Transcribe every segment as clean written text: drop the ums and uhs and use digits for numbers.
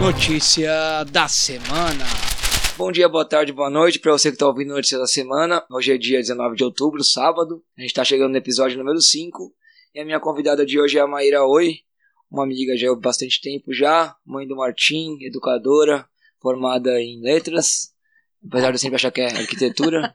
Notícia da semana. Bom dia, boa tarde, boa noite para você que está ouvindo a Notícia da Semana. Hoje é dia 19 de outubro, sábado. A gente está chegando no episódio número 5. E a minha convidada de hoje é a Maíra Oi, uma amiga já há bastante tempo já, mãe do Martim, educadora, formada em letras, apesar de eu sempre achar que é arquitetura.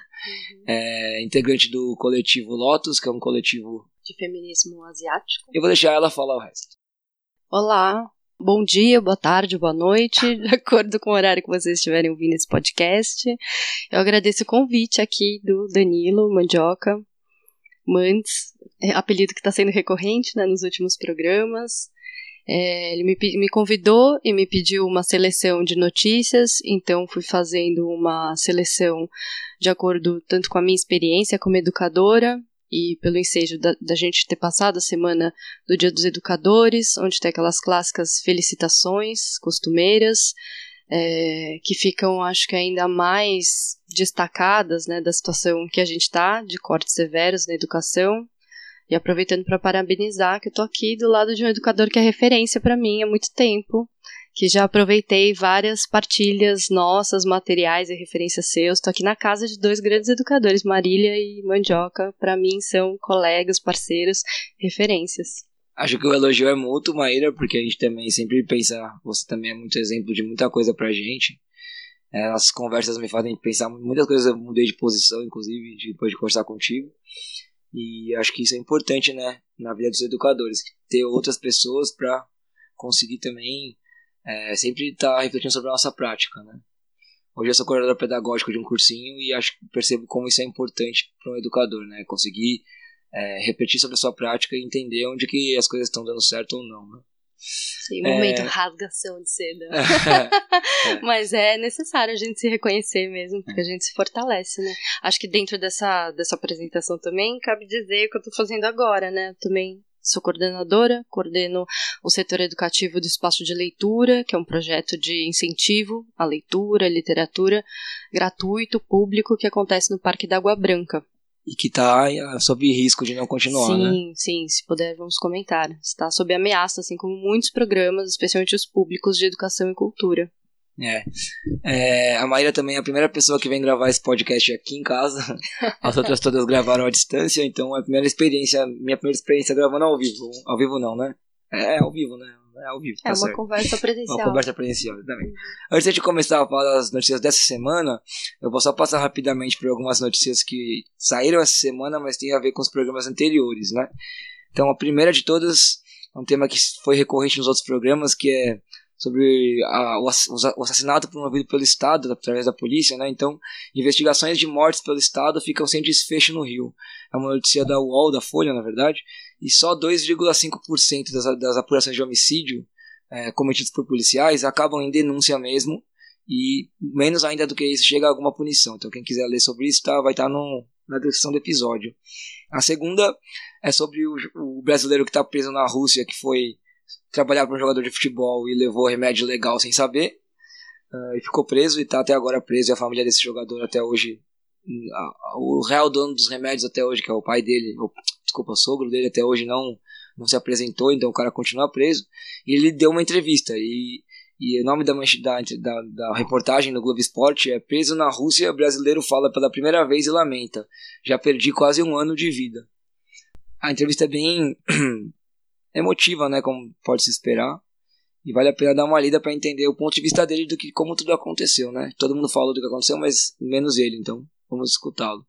Integrante do coletivo Lotus, que é um coletivo de feminismo asiático. Eu vou deixar ela falar o resto. Olá, bom dia, boa tarde, boa noite, de acordo com o horário que vocês estiverem ouvindo esse podcast. Eu agradeço o convite aqui do Danilo Mandioca Mantes, apelido que está sendo recorrente, né, nos últimos programas. Ele me convidou e me pediu uma seleção de notícias, então fui fazendo uma seleção de acordo tanto com a minha experiência como educadora e pelo ensejo da gente ter passado a semana do Dia dos Educadores, onde tem aquelas clássicas felicitações costumeiras, que ficam, acho que ainda mais destacadas, né, da situação que a gente está, de cortes severos na educação. E aproveitando para parabenizar que eu tô aqui do lado de um educador que é referência para mim há muito tempo, que já aproveitei várias partilhas nossas, materiais e referências seus. Tô aqui na casa de dois grandes educadores, Marília e Mandioca. Para mim são colegas, parceiros, referências. Acho que o elogio é mútuo, Maíra, porque a gente também sempre pensa, você também é muito exemplo de muita coisa pra gente. As conversas me fazem pensar muitas coisas, eu mudei de posição, inclusive, depois de conversar contigo. E acho que isso é importante, né, na vida dos educadores, ter outras pessoas para conseguir também sempre estar refletindo sobre a nossa prática, né. Hoje eu sou coordenador pedagógico de um cursinho e percebo como isso é importante para um educador, né, conseguir refletir sobre a sua prática e entender onde que as coisas estão dando certo ou não, né. Sim, momento rasgação de seda. Mas é necessário a gente se reconhecer mesmo, porque a gente se fortalece, né? Acho que dentro dessa apresentação também cabe dizer o que eu tô fazendo agora, né? Eu também sou coordenadora, coordeno o setor educativo do Espaço de Leitura, que é um projeto de incentivo à leitura, à literatura gratuito, público, que acontece no Parque da Água Branca. E que está sob risco de não continuar, sim, né? Sim, se puder vamos comentar. Está sob ameaça, assim como muitos programas, especialmente os públicos de educação e cultura. A Maíra também é a primeira pessoa que vem gravar esse podcast aqui em casa. As outras todas gravaram à distância, então é a minha primeira experiência gravando ao vivo. Ao vivo não, né? Ao vivo, né? Ao vivo, tá uma certo. Conversa presencial. Uma conversa presencial, também. Antes de começar a falar das notícias dessa semana, eu vou só passar rapidamente por algumas notícias que saíram essa semana, mas tem a ver com os programas anteriores, né? Então, a primeira de todas é um tema que foi recorrente nos outros programas, que é sobre o assassinato promovido pelo Estado, através da polícia, né? Então, investigações de mortes pelo Estado ficam sem desfecho no Rio. É uma notícia da UOL, da Folha, na verdade, e só 2,5% das apurações de homicídio cometidos por policiais acabam em denúncia mesmo, e menos ainda do que isso chega a alguma punição. Então, quem quiser ler sobre isso vai estar na descrição do episódio. A segunda é sobre o brasileiro que está preso na Rússia, que foi trabalhar para um jogador de futebol e levou remédio legal sem saber, e ficou preso e está até agora preso, e a família desse jogador até hoje, o real dono dos remédios até hoje, que é o pai dele, o sogro dele, até hoje não se apresentou, então o cara continua preso, e ele deu uma entrevista, e o nome da reportagem no Globo Esporte é: preso na Rússia, brasileiro fala pela primeira vez e lamenta, já perdi quase 1 ano de vida. A entrevista é bem emotiva, né, como pode se esperar, e vale a pena dar uma lida para entender o ponto de vista dele do que como tudo aconteceu, né? Todo mundo falou do que aconteceu, mas menos ele, então vamos escutá-lo.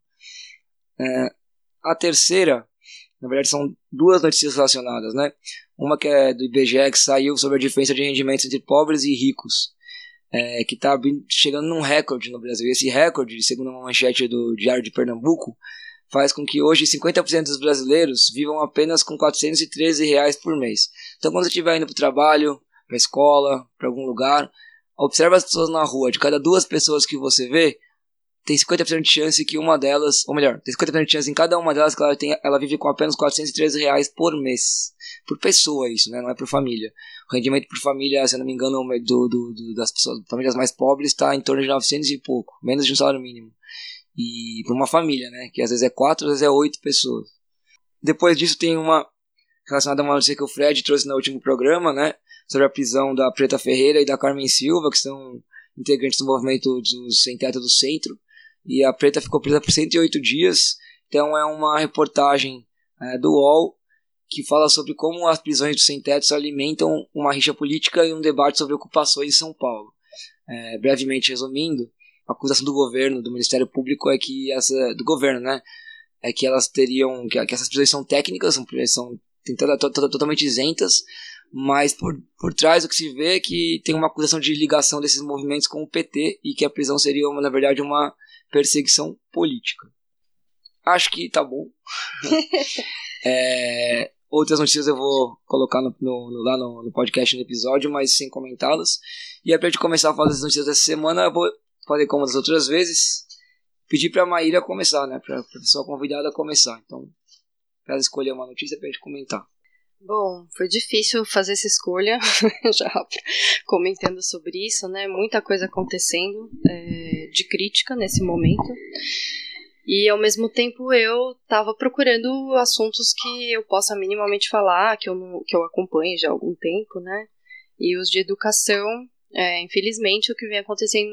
A terceira, na verdade, são 2 notícias relacionadas, né? Uma que é do IBGE, que saiu sobre a diferença de rendimentos entre pobres e ricos, que está chegando num recorde no Brasil. E esse recorde, segundo uma manchete do Diário de Pernambuco, faz com que hoje 50% dos brasileiros vivam apenas com R$ 413 por mês. Então, quando você estiver indo para o trabalho, para a escola, para algum lugar, observa as pessoas na rua. De cada 2 pessoas que você vê, tem 50% de chance que uma delas, ou melhor, tem 50% de chance em cada uma delas que ela vive com apenas R$ 413 por mês. Por pessoa isso, né? Não é por família. O rendimento por família, se eu não me engano, das pessoas, famílias mais pobres está em torno de 900 e pouco, menos de um salário mínimo. E para uma família, né? Que às vezes é 4, às vezes é 8 pessoas. Depois disso tem uma relacionada a uma notícia que o Fred trouxe no último programa, né? Sobre a prisão da Preta Ferreira e da Carmen Silva, que são integrantes do movimento dos Sem Teto do Centro. E a Preta ficou presa por 108 dias. Então é uma reportagem do UOL que fala sobre como as prisões dos sem tetos alimentam uma rixa política e um debate sobre ocupações em São Paulo. Brevemente resumindo, a acusação do governo, do Ministério Público, é que do governo, né? É que elas teriam, que essas prisões são técnicas, são totalmente isentas, mas por trás o que se vê é que tem uma acusação de ligação desses movimentos com o PT e que a prisão seria, na verdade, uma perseguição política. Acho que tá bom. Outras notícias eu vou colocar lá no podcast, no episódio, mas sem comentá-las. E aí, pra gente começar a falar das notícias dessa semana, eu vou fazer como das outras vezes, pedir pra Maíra começar, né? Pra pessoa convidada começar. Então, pra ela escolher uma notícia pra gente comentar. Bom, foi difícil fazer essa escolha, já comentando sobre isso, né? Muita coisa acontecendo de crítica nesse momento. E, ao mesmo tempo, eu estava procurando assuntos que eu possa minimamente falar, que eu acompanho já há algum tempo, né? E os de educação, infelizmente, o que vem acontecendo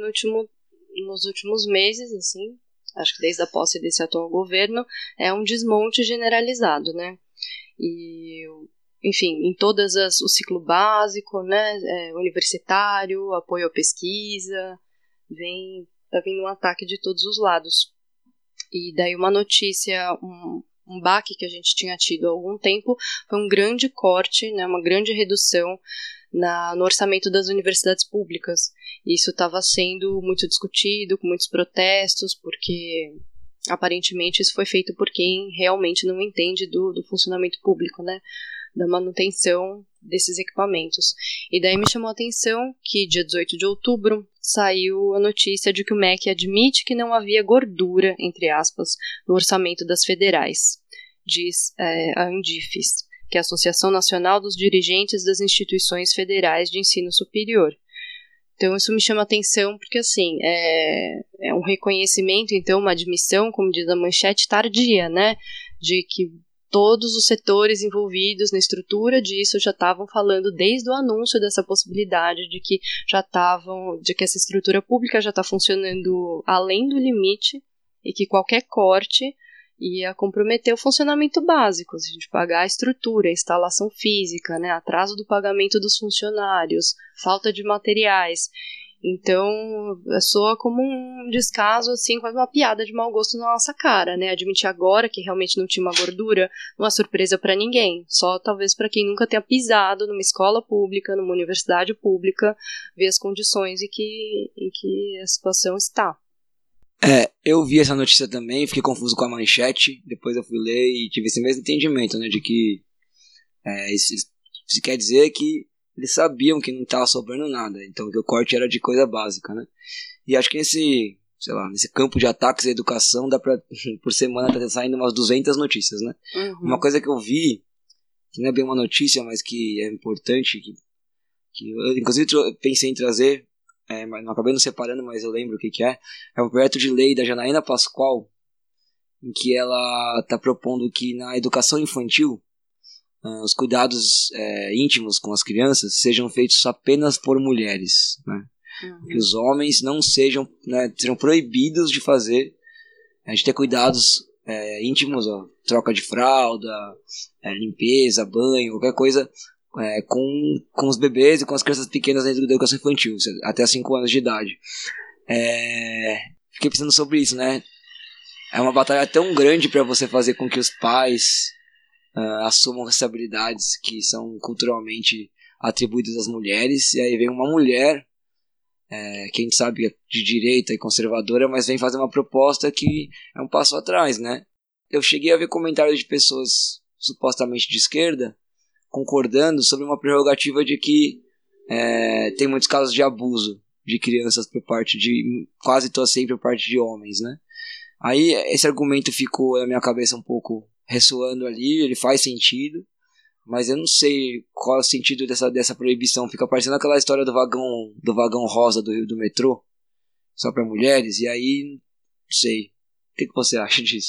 nos últimos meses, assim, acho que desde a posse desse atual governo, é um desmonte generalizado, né? E, enfim, em todas o ciclo básico, né? Universitário, apoio à pesquisa, tá vindo um ataque de todos os lados. E daí uma notícia, um baque que a gente tinha tido há algum tempo, foi um grande corte, né, uma grande redução no orçamento das universidades públicas. E isso estava sendo muito discutido, com muitos protestos, porque aparentemente isso foi feito por quem realmente não entende do funcionamento público, né, da manutenção desses equipamentos. E daí me chamou a atenção que dia 18 de outubro saiu a notícia de que o MEC admite que não havia gordura, entre aspas, no orçamento das federais, diz a Andifes, que é a Associação Nacional dos Dirigentes das Instituições Federais de Ensino Superior. Então isso me chama a atenção porque, assim, é um reconhecimento, então, uma admissão, como diz a manchete, tardia, né, de que todos os setores envolvidos na estrutura disso já estavam falando desde o anúncio dessa possibilidade de que essa estrutura pública já está funcionando além do limite e que qualquer corte ia comprometer o funcionamento básico, se a gente pagar a estrutura, a instalação física, né, atraso do pagamento dos funcionários, falta de materiais. Então, soa como um descaso, assim, quase uma piada de mau gosto na nossa cara, né? Admitir agora que realmente não tinha uma gordura não é surpresa para ninguém. Só talvez para quem nunca tenha pisado numa escola pública, numa universidade pública, ver as condições em que a situação está. Eu vi essa notícia também, fiquei confuso com a manchete, depois eu fui ler e tive esse mesmo entendimento, né? De que isso quer dizer que eles sabiam que não estava sobrando nada, então que o corte era de coisa básica, né? E acho que nesse campo de ataques à educação, por semana tá saindo umas 200 notícias, né? Uhum. Uma coisa que eu vi, que não é bem uma notícia, mas que é importante, que eu inclusive pensei em trazer, mas não acabei não separando, mas eu lembro o que é um projeto de lei da Janaína Pascoal, em que ela está propondo que na educação infantil, os cuidados íntimos com as crianças sejam feitos apenas por mulheres, né? Uhum. Que os homens não sejam proibidos de fazer, de ter cuidados íntimos, troca de fralda, limpeza, banho, qualquer coisa com os bebês e com as crianças pequenas dentro da educação infantil, até 5 anos de idade. Fiquei pensando sobre isso, né? É uma batalha tão grande para você fazer com que os pais assumam responsabilidades que são culturalmente atribuídas às mulheres, e aí vem uma mulher que a gente sabe é de direita e conservadora, mas vem fazer uma proposta que é um passo atrás, né? Eu cheguei a ver comentários de pessoas supostamente de esquerda concordando sobre uma prerrogativa de que tem muitos casos de abuso de crianças por parte de, quase sempre por parte de homens, né? Aí esse argumento ficou na minha cabeça um pouco ressoando ali, ele faz sentido, mas eu não sei qual é o sentido dessa proibição. Fica parecendo aquela história do vagão rosa do metrô, só para mulheres, e aí não sei. O que você acha disso?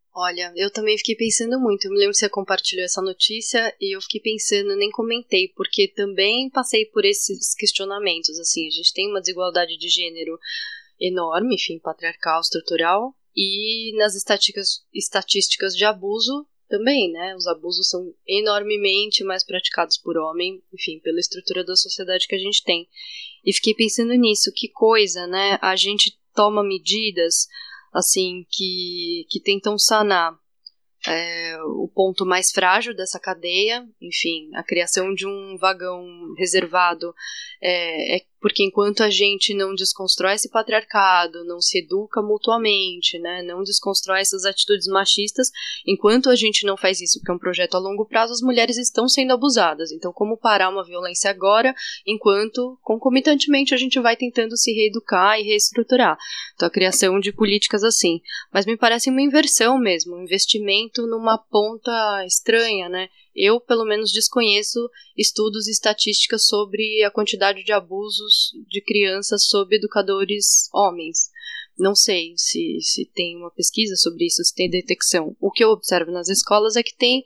Olha, eu também fiquei pensando muito. Eu me lembro que você compartilhou essa notícia e eu fiquei pensando, nem comentei, porque também passei por esses questionamentos. Assim, a gente tem uma desigualdade de gênero enorme, enfim, patriarcal, estrutural, e nas estatísticas de abuso também, né? Os abusos são enormemente mais praticados por homem, enfim, pela estrutura da sociedade que a gente tem. E fiquei pensando nisso, que coisa, né? A gente toma medidas assim, que tentam sanar o ponto mais frágil dessa cadeia, enfim, a criação de um vagão reservado, porque enquanto a gente não desconstrói esse patriarcado, não se educa mutuamente, né, não desconstrói essas atitudes machistas, enquanto a gente não faz isso, porque é um projeto a longo prazo, as mulheres estão sendo abusadas. Então, como parar uma violência agora, enquanto, concomitantemente, a gente vai tentando se reeducar e reestruturar. Então, a criação de políticas assim. Mas me parece uma inversão mesmo, um investimento numa ponta estranha, né? Eu, pelo menos, desconheço estudos e estatísticas sobre a quantidade de abusos de crianças sob educadores homens. Não sei se tem uma pesquisa sobre isso, se tem detecção. O que eu observo nas escolas é que tem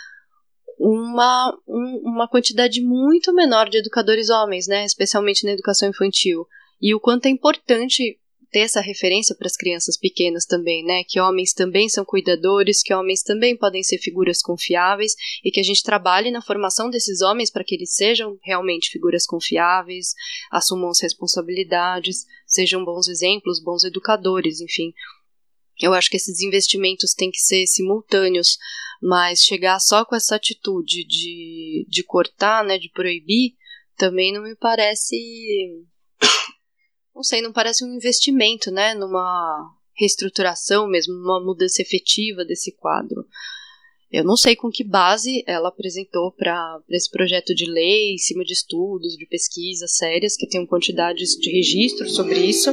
uma quantidade muito menor de educadores homens, né? Especialmente na educação infantil. E o quanto é importante ter essa referência para as crianças pequenas também, né? Que homens também são cuidadores, que homens também podem ser figuras confiáveis e que a gente trabalhe na formação desses homens para que eles sejam realmente figuras confiáveis, assumam as responsabilidades, sejam bons exemplos, bons educadores, enfim. Eu acho que esses investimentos têm que ser simultâneos, mas chegar só com essa atitude de cortar, né, de proibir, também não me parece... Não sei, não parece um investimento, né, numa reestruturação mesmo, numa mudança efetiva desse quadro. Eu não sei com que base ela apresentou para esse projeto de lei, em cima de estudos, de pesquisas sérias, que tenham quantidades de registros sobre isso,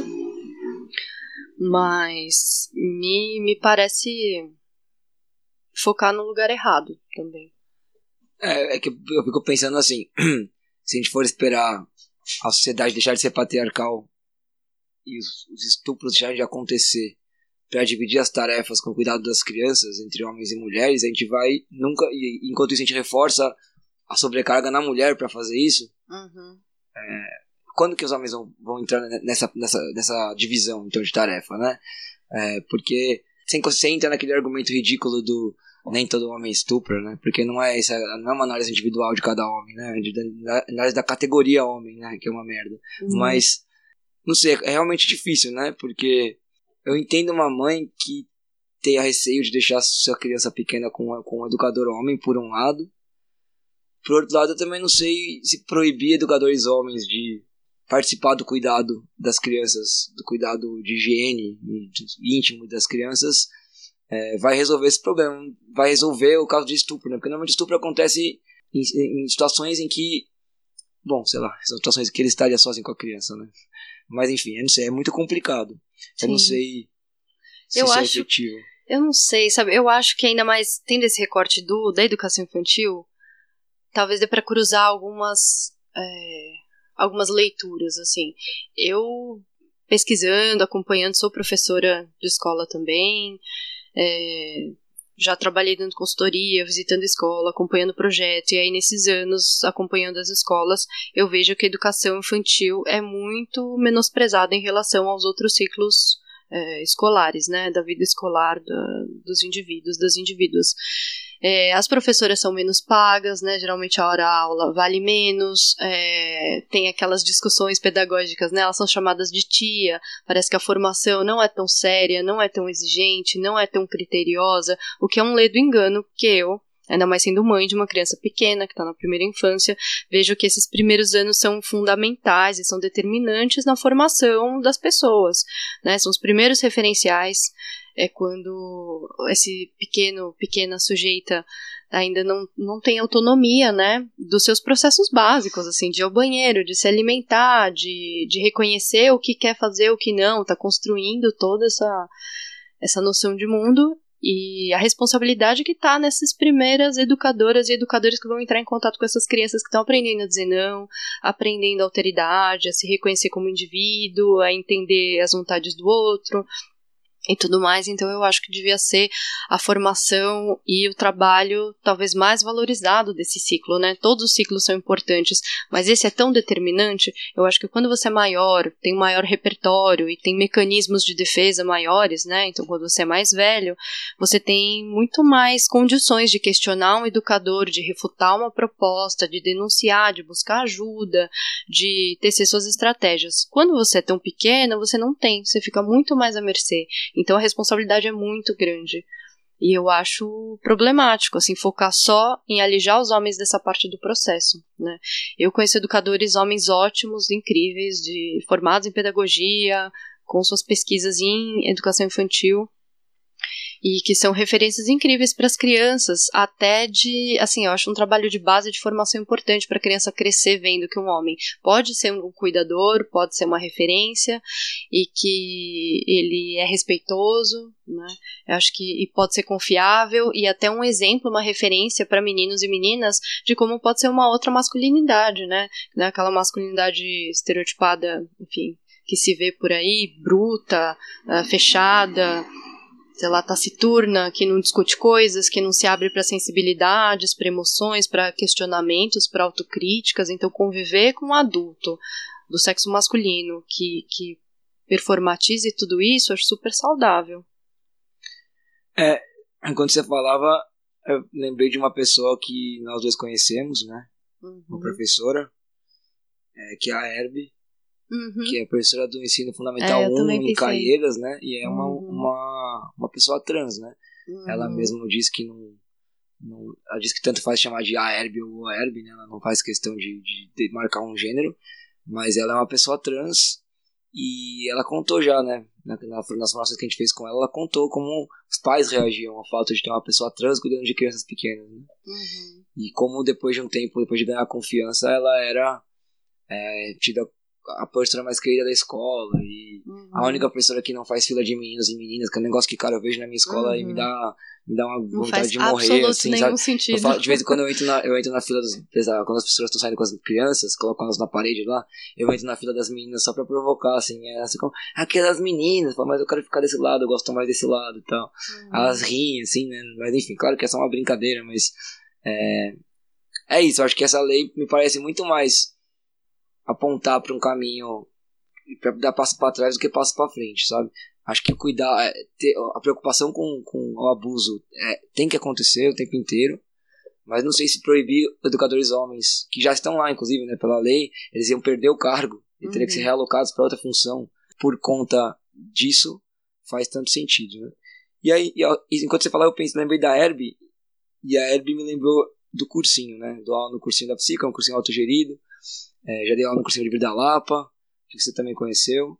mas me parece focar no lugar errado também. É que eu fico pensando assim, se a gente for esperar a sociedade deixar de ser patriarcal e os estupros deixarem de acontecer para dividir as tarefas com o cuidado das crianças entre homens e mulheres, a gente vai nunca, e enquanto isso a gente reforça a sobrecarga na mulher para fazer isso. Uhum. Quando que os homens vão entrar nessa divisão então de tarefa, né? Porque você entra naquele argumento ridículo do nem todo homem estupra, né? Porque não é uma análise individual de cada homem, né? Análise da categoria homem, né? Que é uma merda. Uhum. Mas não sei, é realmente difícil, né? Porque eu entendo uma mãe que tenha receio de deixar sua criança pequena com um educador homem, por um lado. Por outro lado, eu também não sei se proibir educadores homens de participar do cuidado das crianças, do cuidado de higiene íntimo das crianças, vai resolver esse problema. Vai resolver o caso de estupro, né? Porque normalmente estupro acontece em situações em que, bom, sei lá, são situações em que ele estaria sozinho com a criança, né? Mas enfim, eu não sei, é muito complicado. Sim. Eu não sei se eu isso acho, é efetivo. Eu não sei, sabe? Eu acho que ainda mais, tendo esse recorte da educação infantil, talvez dê para cruzar algumas leituras, assim. Eu, pesquisando, acompanhando, sou professora de escola também, já trabalhei dando consultoria, visitando escola, acompanhando projetos, e aí nesses anos, acompanhando as escolas, eu vejo que a educação infantil é muito menosprezada em relação aos outros ciclos escolares, né, da vida escolar dos indivíduos, das indivíduas. As professoras são menos pagas, né, geralmente a hora-aula vale menos, tem aquelas discussões pedagógicas, né, elas são chamadas de tia, parece que a formação não é tão séria, não é tão exigente, não é tão criteriosa, o que é um ledo engano, porque eu, ainda mais sendo mãe de uma criança pequena, que está na primeira infância, vejo que esses primeiros anos são fundamentais e são determinantes na formação das pessoas, né, são os primeiros referenciais. É quando esse pequena sujeita ainda não tem autonomia, né, dos seus processos básicos, assim, de ir ao banheiro, de se alimentar, de reconhecer o que quer fazer, o que não, está construindo toda essa noção de mundo e a responsabilidade que está nessas primeiras educadoras e educadores que vão entrar em contato com essas crianças que estão aprendendo a dizer não, aprendendo a alteridade, a se reconhecer como indivíduo, a entender as vontades do outro. e tudo mais, então eu acho que devia ser a formação e o trabalho talvez mais valorizado desse ciclo, né? Todos os ciclos são importantes, mas esse é tão determinante. Eu acho que quando você é maior, tem um maior repertório e tem mecanismos de defesa maiores, né? Então quando você é mais velho, você tem muito mais condições de questionar um educador, de refutar uma proposta, de denunciar, de buscar ajuda, de tecer suas estratégias. Quando você é tão pequena, você não tem, você fica muito mais à mercê. Então a responsabilidade é muito grande. E eu acho problemático, assim, focar só em alijar os homens dessa parte do processo, né? Eu conheço educadores, homens ótimos, incríveis, formados em pedagogia, com suas pesquisas em educação infantil, e que são referências incríveis para as crianças, até eu acho um trabalho de base de formação importante para a criança crescer vendo que um homem pode ser um cuidador, pode ser uma referência, e que ele é respeitoso, né? Eu acho que pode ser confiável, e até um exemplo, uma referência para meninos e meninas de como pode ser uma outra masculinidade, né? Aquela masculinidade estereotipada, enfim, que se vê por aí, bruta, fechada, sei lá, taciturna, que não discute coisas, que não se abre para sensibilidades, para emoções, para questionamentos, para autocríticas. Então, conviver com um adulto do sexo masculino que performatize tudo isso, eu acho super saudável. Enquanto você falava, eu lembrei de uma pessoa que nós dois conhecemos, né? Uma professora, que é a Herbie, que é professora do ensino fundamental 1 em Caieiras, né? E é uma pessoa trans, né? Ela mesma diz que ela diz que tanto faz chamar de a Herbie ou a Herbie, né? Ela não faz questão de marcar um gênero, mas ela é uma pessoa trans, e ela contou já, né? Nas formações que a gente fez com ela, ela contou como os pais reagiam ao fato de ter uma pessoa trans cuidando de crianças pequenas, né? E como depois de um tempo, depois de ganhar confiança, ela era tida a professora mais querida da escola, e a única professora que não faz fila de meninos e meninas, que é um negócio que, cara, eu vejo na minha escola e me dá uma vontade de morrer, assim, nenhum sabe? Sentido. De vez em quando eu entro na fila quando as pessoas estão saindo com as crianças, colocam elas na parede lá, eu entro na fila das meninas só pra provocar, assim, assim como, aquelas meninas, mas eu quero ficar desse lado, eu gosto mais desse lado e tal. Elas riem, assim, né? Mas enfim, claro que é só uma brincadeira, mas é isso, eu acho que essa lei me parece muito mais apontar para um caminho, para dar passo para trás do que passo para frente, sabe? Acho que a preocupação com o abuso tem que acontecer o tempo inteiro, mas não sei se proibir educadores homens, que já estão lá, inclusive, né, pela lei, eles iam perder o cargo e teriam que ser realocados para outra função por conta disso, faz tanto sentido, né? E aí, enquanto você falava, lembrei da Herbie, e a Herbie me lembrou do cursinho, né? Dou aula no cursinho da Psica, um cursinho autogerido. Já dei aula no cursinho livre da Lapa, que você também conheceu.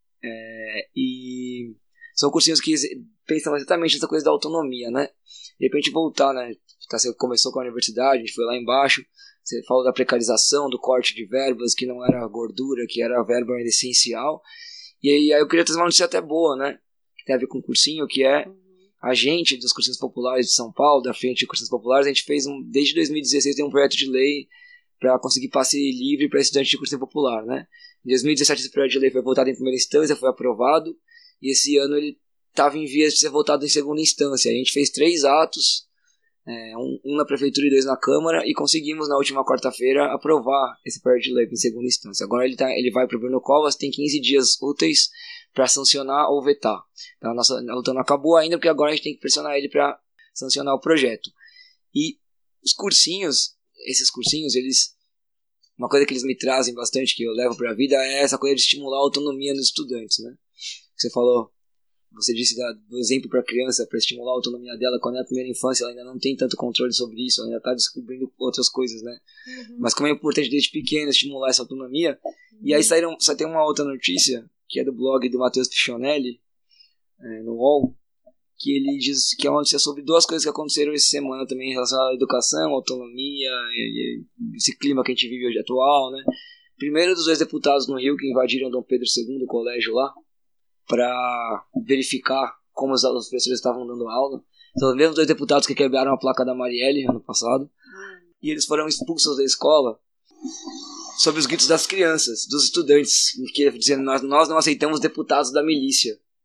E são cursinhos que pensam exatamente nessa coisa da autonomia, né? De repente voltar, né? Você começou com a universidade, a gente foi lá embaixo, você falou da precarização, do corte de verbas, que não era gordura, que era verba ainda essencial. E aí eu queria trazer uma notícia até boa, né? Que tem a ver com o cursinho, que é a gente dos cursinhos populares de São Paulo, da frente de cursinhos populares, a gente fez desde 2016 tem um projeto de lei para conseguir passe livre para estudantes de cursinho popular, né? Em 2017 esse projeto de lei foi votado em primeira instância, foi aprovado, e esse ano ele estava em vias de ser votado em segunda instância. A gente fez 3 atos, um na prefeitura e 2 na Câmara, e conseguimos na última quarta-feira aprovar esse projeto de lei em segunda instância. Agora ele vai para o Bruno Covas, tem 15 dias úteis para sancionar ou vetar. Então a nossa luta não acabou ainda, porque agora a gente tem que pressionar ele para sancionar o projeto. E os cursinhos, esses cursinhos, uma coisa que eles me trazem bastante, que eu levo para a vida, é essa coisa de estimular a autonomia nos estudantes, né? Você disse do exemplo para a criança, para estimular a autonomia dela, quando é a primeira infância, ela ainda não tem tanto controle sobre isso, ela ainda está descobrindo outras coisas, né? Mas como é importante desde pequeno estimular essa autonomia. E aí só tem uma outra notícia, que é do blog do Matheus Pichonelli, no UOL, que ele diz que é uma notícia sobre 2 coisas que aconteceram essa semana também em relação à educação, autonomia e esse clima que a gente vive hoje atual, né? Primeiro, dos 2 deputados no Rio que invadiram Dom Pedro II, o colégio lá, para verificar como os professores estavam dando aula. São os mesmos 2 deputados que quebraram a placa da Marielle ano passado, e eles foram expulsos da escola sob os gritos das crianças, dos estudantes, dizendo nós não aceitamos deputados da milícia.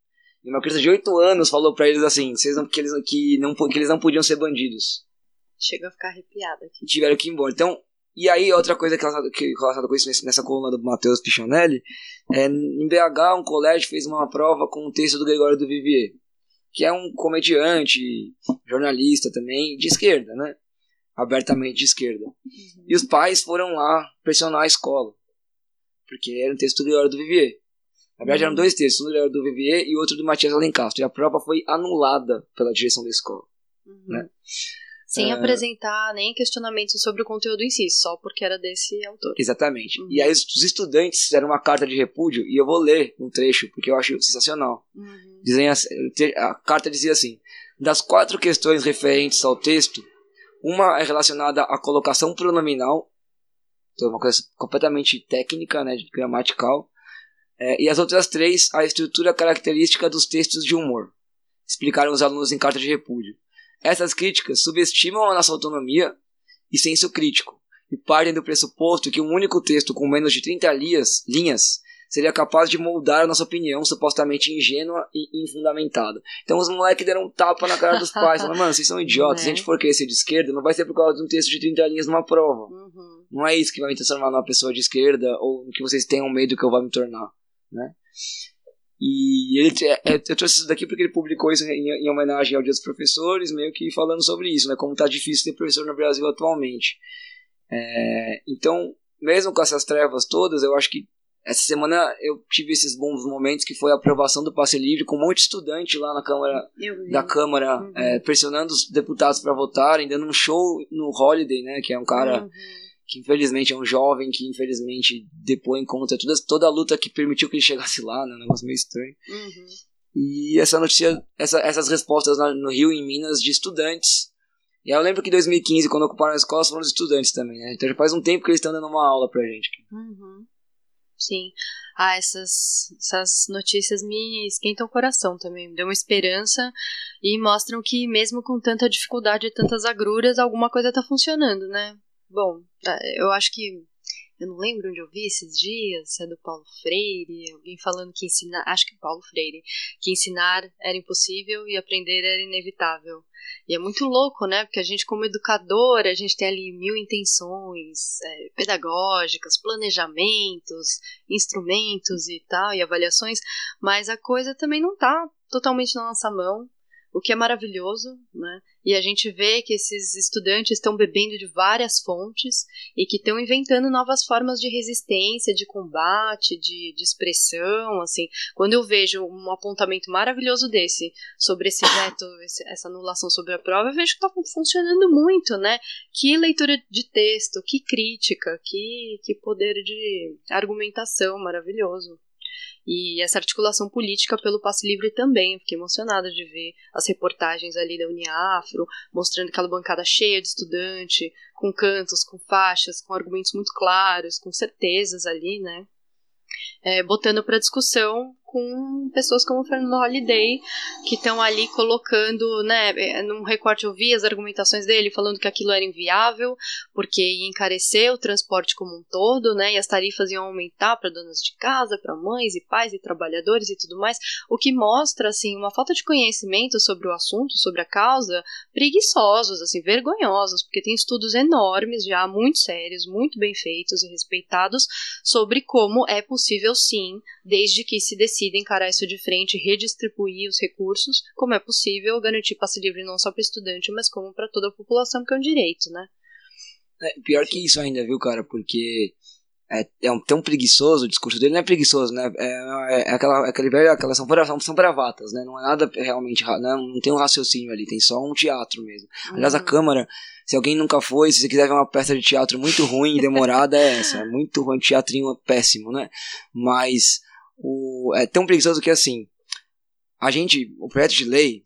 E uma criança de 8 anos falou pra eles assim, que eles não podiam ser bandidos. Chega a ficar arrepiada aqui. Tiveram que ir embora. Então, e aí outra coisa relacionada com isso nessa coluna do Matheus Pichonelli, em BH um colégio fez uma prova com um texto do Gregório do Vivier, que é um comediante, jornalista também, de esquerda, né? Abertamente de esquerda. E os pais foram lá pressionar a escola, porque era um texto do Gregório do Vivier. Na verdade eram 2 textos, um do Gregório do Vivier e outro do Matias Alencastro. E a prova foi anulada pela direção da escola. Né? Sem apresentar nem questionamentos sobre o conteúdo em si, só porque era desse autor. Exatamente. E aí os estudantes fizeram uma carta de repúdio, e eu vou ler um trecho, porque eu acho sensacional. Dizem assim, a carta dizia assim: das 4 questões referentes ao texto, uma é relacionada à colocação pronominal, então uma coisa completamente técnica, né, gramatical, e as outras 3, a estrutura característica dos textos de humor. Explicaram os alunos em carta de repúdio. Essas críticas subestimam a nossa autonomia e senso crítico, e partem do pressuposto que um único texto com menos de 30 linhas seria capaz de moldar a nossa opinião supostamente ingênua e infundamentada. Então os moleques deram um tapa na cara dos pais, falaram, mano, vocês são idiotas, se a gente for querer ser de esquerda, não vai ser por causa de um texto de 30 linhas numa prova. Não é isso que vai me transformar numa pessoa de esquerda, ou que vocês tenham medo que eu vá me tornar, né? E eu trouxe isso daqui porque ele publicou isso em homenagem ao Dia dos Professores, meio que falando sobre isso, né? Como tá difícil ter professor no Brasil atualmente. Então, mesmo com essas trevas todas, eu acho que essa semana eu tive esses bons momentos, que foi a aprovação do passe livre, com um monte de estudante lá na Câmara, pressionando os deputados para votarem, dando um show no Holiday, né? Que é um cara que infelizmente é um jovem, que infelizmente depõe contra toda a luta que permitiu que ele chegasse lá, né? Um negócio meio estranho. E essa notícia, essas respostas no Rio e em Minas de estudantes. E aí eu lembro que em 2015, quando ocuparam a escola, foram os estudantes também, né? Então já faz um tempo que eles estão dando uma aula pra gente. Sim. Essas notícias me esquentam o coração também, me dão uma esperança e mostram que mesmo com tanta dificuldade e tantas agruras, alguma coisa tá funcionando, né? Bom, eu acho que, eu não lembro onde eu vi esses dias, se é do Paulo Freire, alguém falando que ensinar, acho que Paulo Freire, que ensinar era impossível e aprender era inevitável. E é muito louco, né? Porque a gente, como educador, a gente tem ali 1000 intenções pedagógicas, planejamentos, instrumentos e tal, e avaliações, mas a coisa também não tá totalmente na nossa mão, o que é maravilhoso, né? E a gente vê que esses estudantes estão bebendo de várias fontes e que estão inventando novas formas de resistência, de combate, de expressão, assim. Quando eu vejo um apontamento maravilhoso desse sobre esse veto, essa anulação sobre a prova, eu vejo que está funcionando muito, né? Que leitura de texto, que crítica, que poder de argumentação maravilhoso. E essa articulação política pelo passe livre também. Eu fiquei emocionada de ver as reportagens ali da Uniafro, mostrando aquela bancada cheia de estudante, com cantos, com faixas, com argumentos muito claros, com certezas ali, né? Botando para discussão com pessoas como o Fernando Holliday, que estão ali colocando, né, num recorte eu vi as argumentações dele, falando que aquilo era inviável, porque ia encarecer o transporte como um todo, né, e as tarifas iam aumentar para donas de casa, para mães e pais e trabalhadores e tudo mais, o que mostra, assim, uma falta de conhecimento sobre o assunto, sobre a causa, preguiçosos, assim, vergonhosos, porque tem estudos enormes já, muito sérios, muito bem feitos e respeitados, sobre como é possível, sim, desde que se decida encarar isso de frente, redistribuir os recursos, como é possível garantir passe livre não só para estudante, mas como para toda a população, que é um direito, né? Pior que isso ainda, viu, cara? Porque tão preguiçoso, o discurso dele não é preguiçoso, né? Aquelas são bravatas, né? Não é nada realmente, não tem um raciocínio ali, tem só um teatro mesmo. Aliás, a Câmara, se alguém nunca foi, se você quiser ver uma peça de teatro muito ruim e demorada, é essa. É muito ruim, teatrinho péssimo, né? Mas é tão preguiçoso que, assim, o projeto de lei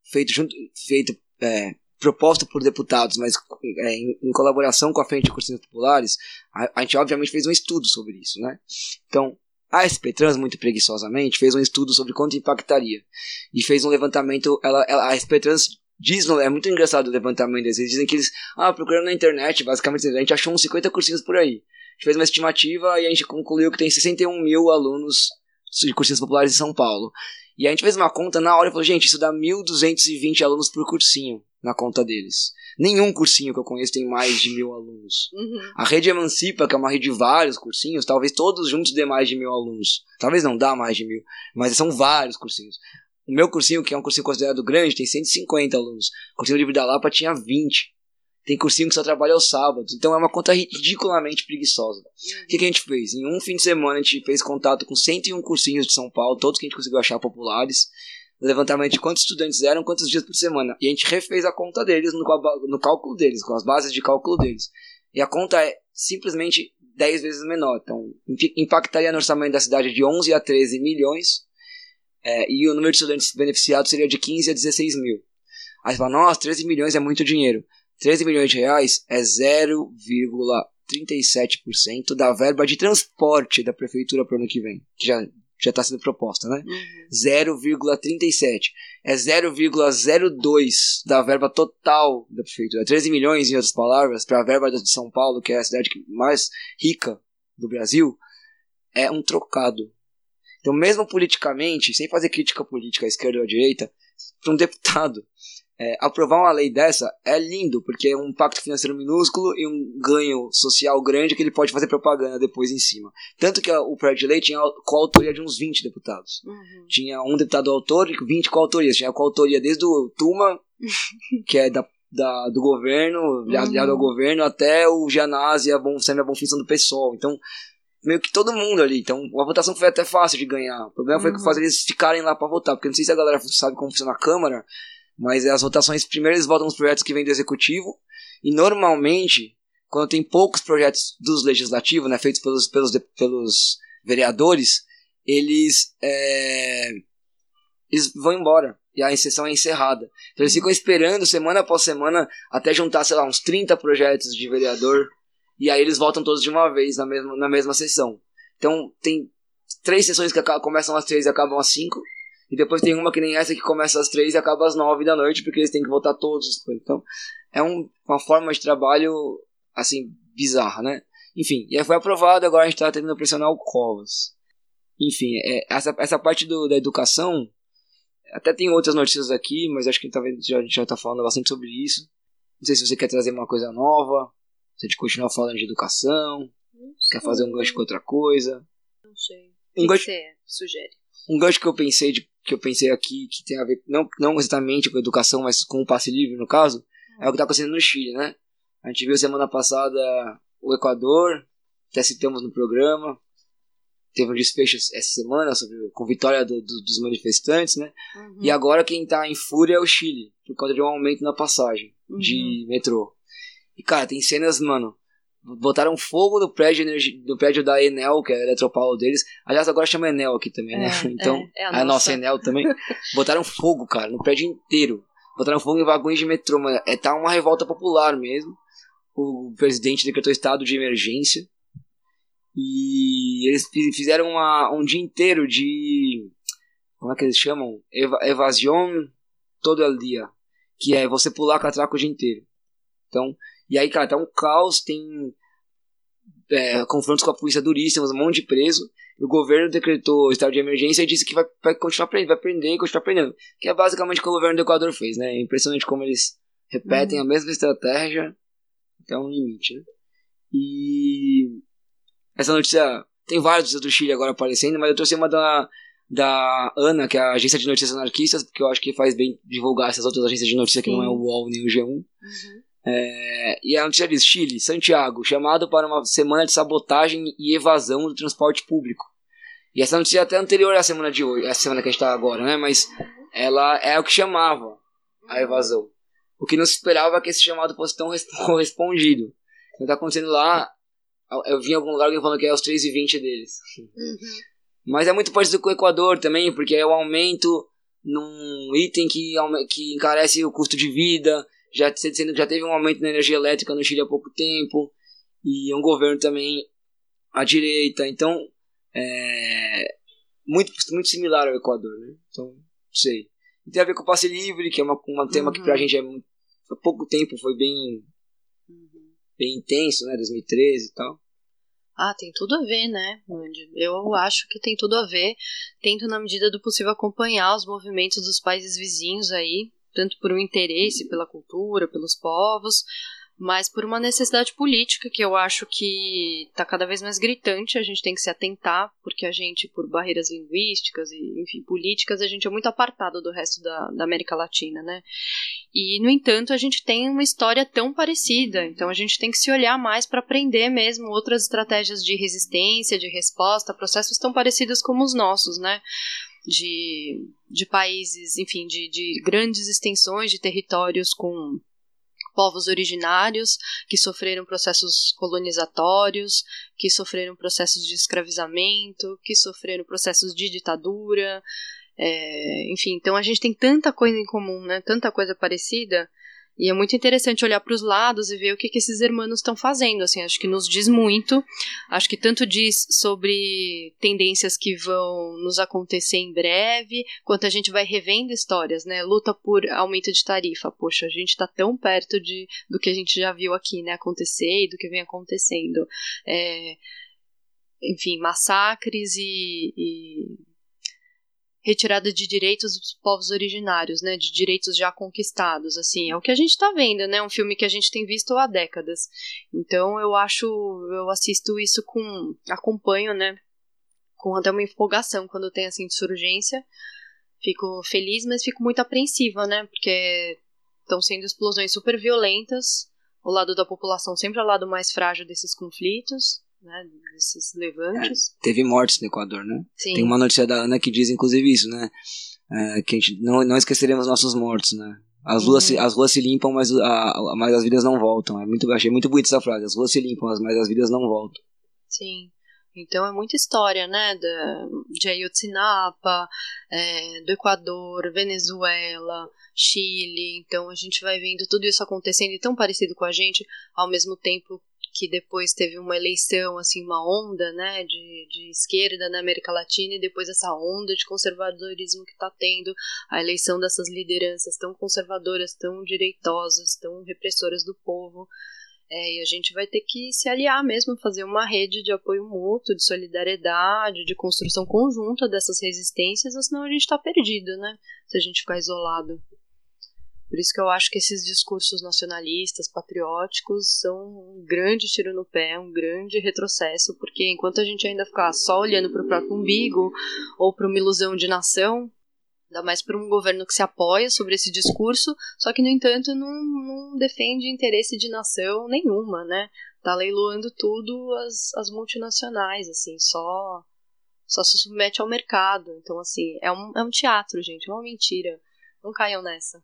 proposto por deputados, mas em colaboração com a Frente de Cursinhos Populares, a gente obviamente fez um estudo sobre isso, né? Então, a SP Trans, muito preguiçosamente, fez um estudo sobre quanto impactaria. E fez um levantamento, a SP Trans diz, é muito engraçado o levantamento deles, eles dizem que eles, procurando na internet, basicamente, a gente achou uns 50 cursinhos por aí. A gente fez uma estimativa e a gente concluiu que tem 61 mil alunos de cursinhos populares em São Paulo. E a gente fez uma conta na hora e falou, gente, isso dá 1.220 alunos por cursinho na conta deles. Nenhum cursinho que eu conheço tem mais de 1.000 alunos. A rede Emancipa, que é uma rede de vários cursinhos, talvez todos juntos dê mais de 1.000 alunos. Talvez não dá mais de 1.000, mas são vários cursinhos. O meu cursinho, que é um cursinho considerado grande, tem 150 alunos. O cursinho de Vida Lapa tinha 20. Tem cursinho que só trabalha aos sábados. Então é uma conta ridiculamente preguiçosa. O que a gente fez? Em um fim de semana a gente fez contato com 101 cursinhos de São Paulo, todos que a gente conseguiu achar populares. Levantamento de quantos estudantes eram, quantos dias por semana. E a gente refez a conta deles no cálculo deles, com as bases de cálculo deles. E a conta é simplesmente 10 vezes menor. Então impactaria no orçamento da cidade de 11 a 13 milhões. E o número de estudantes beneficiados seria de 15 a 16 mil. Aí você fala, nossa, 13 milhões é muito dinheiro. 13 milhões de reais é 0,37% da verba de transporte da prefeitura para o ano que vem. Que já está sendo proposta, né? 0,37%. É 0,02% da verba total da prefeitura. 13 milhões, em outras palavras, para a verba de São Paulo, que é a cidade mais rica do Brasil, é um trocado. Então, mesmo politicamente, sem fazer crítica política à esquerda ou à direita, para um deputado aprovar uma lei dessa é lindo, porque é um impacto financeiro minúsculo e um ganho social grande que ele pode fazer propaganda depois em cima. Tanto que o projeto de lei tinha coautoria de uns 20 deputados. Tinha um deputado autor e 20 coautorias. Tinha a coautoria desde o Tuma, que é do governo, aliado ao governo, até o Janazzi e a Bonfim do PSOL. Então, meio que todo mundo ali. Então, a votação foi até fácil de ganhar. O problema foi que fazer eles ficarem lá para votar, porque não sei se a galera sabe como funciona a Câmara, mas as votações, primeiro eles votam os projetos que vêm do Executivo, e normalmente, quando tem poucos projetos dos Legislativos, né, feitos pelos vereadores, eles vão embora, e a sessão é encerrada. Então eles ficam esperando semana após semana, até juntar, sei lá, uns 30 projetos de vereador, e aí eles votam todos de uma vez, na mesma sessão. Então tem 3 sessões que começam às 3 e acabam às 5, e depois tem uma que nem essa que começa às 3 e acaba às 9 da noite, porque eles têm que votar todos. Então, é uma forma de trabalho, assim, bizarra, né? Enfim, e aí foi aprovado, agora a gente está tentando pressionar o Covas. Enfim, essa parte da educação, até tem outras notícias aqui, mas acho que talvez a gente já está falando bastante sobre isso. Não sei se você quer trazer uma coisa nova, se a gente continua falando de educação, quer fazer um gancho com outra coisa. Não sei. O que você sugere? Um gancho que eu pensei aqui, que tem a ver, não exatamente com educação, mas com o passe livre, no caso, é o que está acontecendo no Chile, né? A gente viu semana passada o Equador, até citamos no programa, teve um desfecho essa semana com vitória dos manifestantes, né? E agora quem está em fúria é o Chile, por causa de um aumento na passagem de metrô. E, cara, tem cenas, mano, botaram fogo no prédio da Enel, que é a Eletropaulo deles. Aliás, agora chama Enel aqui também, né? Então, a nossa Enel também. Botaram fogo, cara, no prédio inteiro. Botaram fogo em vagões de metrô, mano. Tá uma revolta popular mesmo. O presidente decretou estado de emergência. E eles fizeram um dia inteiro de... Como é que eles chamam? Evasão todo el dia. Que é você pular catraco o dia inteiro. Então... E aí, cara, tá um caos, tem confrontos com a polícia duríssimos, um monte de preso. E o governo decretou estado de emergência e disse que vai continuar prendendo, vai prender e continuar prendendo. Que é basicamente o que o governo do Equador fez, né? É impressionante como eles repetem a mesma estratégia até um limite, né? E essa notícia, tem várias notícias do Chile agora aparecendo, mas eu trouxe uma da ANA, que é a Agência de Notícias Anarquistas, porque eu acho que faz bem divulgar essas outras agências de notícias que não é o UOL nem o G1. E a notícia diz: Chile, Santiago, chamado para uma semana de sabotagem e evasão do transporte público. E essa notícia é até anterior à semana de hoje, essa semana que a gente está agora, né? Mas ela é o que chamava a evasão. O que não se esperava é que esse chamado fosse tão correspondido. Então tá acontecendo lá, eu vi em algum lugar alguém falando que é os 3,20 deles. Mas é muito parecido com o Equador também, porque é o aumento num item que encarece o custo de vida. Já teve um aumento na energia elétrica no Chile há pouco tempo, e um governo também à direita, então muito similar ao Equador, né? Então, não sei. E tem a ver com o passe livre, que é um tema que pra gente há pouco tempo foi bem intenso, né? 2013 e tal. Tem tudo a ver, né, Mandy? Eu acho que tem tudo a ver. Tento, na medida do possível, acompanhar os movimentos dos países vizinhos aí, tanto por um interesse pela cultura, pelos povos, mas por uma necessidade política que eu acho que está cada vez mais gritante. A gente tem que se atentar, porque a gente, por barreiras linguísticas e, enfim, políticas, a gente é muito apartado do resto da América Latina, né? E, no entanto, a gente tem uma história tão parecida, então a gente tem que se olhar mais para aprender mesmo outras estratégias de resistência, de resposta, processos tão parecidos como os nossos, né? De países, enfim, de grandes extensões de territórios com povos originários que sofreram processos colonizatórios, que sofreram processos de escravizamento, que sofreram processos de ditadura, enfim, então a gente tem tanta coisa em comum, né? Tanta coisa parecida, e é muito interessante olhar para os lados e ver o que esses irmãos estão fazendo, assim, acho que nos diz muito, acho que tanto diz sobre tendências que vão nos acontecer em breve, quanto a gente vai revendo histórias, né, luta por aumento de tarifa, poxa, a gente está tão perto do que a gente já viu aqui, né, acontecer e do que vem acontecendo, enfim, massacres e retirada de direitos dos povos originários, né, de direitos já conquistados, assim, é o que a gente tá vendo, né, um filme que a gente tem visto há décadas, então eu assisto isso acompanho, né, com até uma empolgação quando tem, assim, insurgência, fico feliz, mas fico muito apreensiva, né, porque estão sendo explosões super violentas, o lado da população sempre é o lado mais frágil desses conflitos, né, desses levantes. Teve mortes no Equador, né? Sim. Tem uma notícia da Ana que diz, inclusive, isso, né? Que a gente não esqueceremos nossos mortos, né? As ruas se limpam, mas as vidas não voltam. Achei muito bonita essa frase. As ruas se limpam, mas as vidas não voltam. Sim. Então é muita história, né? De Ayotzinapa, do Equador, Venezuela, Chile. Então a gente vai vendo tudo isso acontecendo e tão parecido com a gente, ao mesmo tempo que depois teve uma eleição, assim, uma onda, né, de esquerda na América Latina, e depois essa onda de conservadorismo que está tendo, a eleição dessas lideranças tão conservadoras, tão direitosas, tão repressoras do povo, e a gente vai ter que se aliar mesmo, fazer uma rede de apoio mútuo, de solidariedade, de construção conjunta dessas resistências, ou senão a gente está perdido, né, se a gente ficar isolado. Por isso que eu acho que esses discursos nacionalistas, patrióticos, são um grande tiro no pé, um grande retrocesso, porque enquanto a gente ainda ficar só olhando para o próprio umbigo ou para uma ilusão de nação, ainda mais para um governo que se apoia sobre esse discurso, só que, no entanto, não defende interesse de nação nenhuma, né? Tá leiloando tudo as multinacionais, assim, só se submete ao mercado. Então, assim, é um teatro, gente, é uma mentira. Não caiam nessa.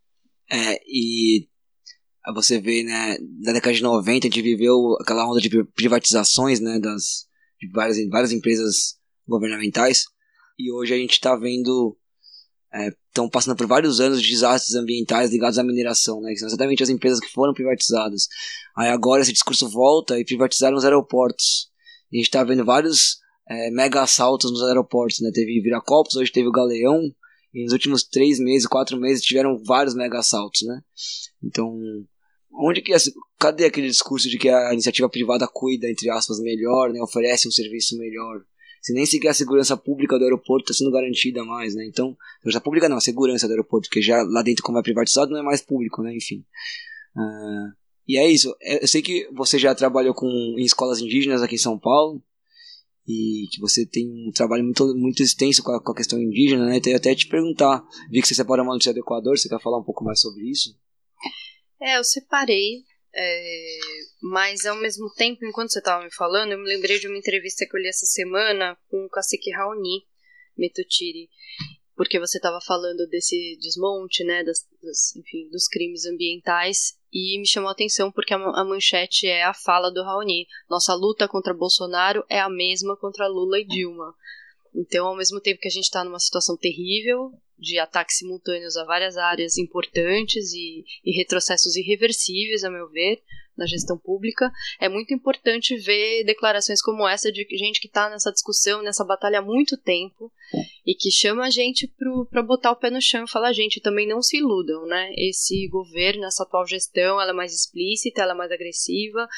E você vê, né, na década de 90 a gente viveu aquela onda de privatizações, né, de várias empresas governamentais, e hoje a gente está vendo, estão passando por vários anos de desastres ambientais ligados à mineração, né, que são exatamente as empresas que foram privatizadas. Aí agora esse discurso volta e privatizaram os aeroportos. E a gente está vendo vários mega assaltos nos aeroportos, né, teve Viracopos, hoje teve o Galeão. E nos últimos 3 meses, 4 meses, tiveram vários mega assaltos, né? Então, cadê aquele discurso de que a iniciativa privada cuida, entre aspas, melhor, né? Oferece um serviço melhor? Se nem sequer a segurança pública do aeroporto está sendo garantida mais, né? Então, a segurança pública não, a segurança do aeroporto, porque já lá dentro, como é privatizado, não é mais público, né? Enfim. E é isso. Eu sei que você já trabalhou em escolas indígenas aqui em São Paulo, e que você tem um trabalho muito, muito extenso com a questão indígena, né? Então eu até te perguntar, vi que você separa uma notícia do Equador, você quer falar um pouco mais sobre isso? Eu separei, mas ao mesmo tempo, enquanto você estava me falando, eu me lembrei de uma entrevista que eu li essa semana com o cacique Raoni Metutiri, porque você estava falando desse desmonte, né, enfim, dos crimes ambientais, e me chamou a atenção porque a manchete é a fala do Raoni. Nossa luta contra Bolsonaro é a mesma contra Lula e Dilma. Então, ao mesmo tempo que a gente está numa situação terrível, de ataques simultâneos a várias áreas importantes e retrocessos irreversíveis, a meu ver, na gestão pública, é muito importante ver declarações como essa de gente que está nessa discussão, nessa batalha há muito tempo, e que chama a gente para botar o pé no chão e falar, gente, também não se iludam, né? Esse governo, essa atual gestão, ela é mais explícita, ela é mais agressiva,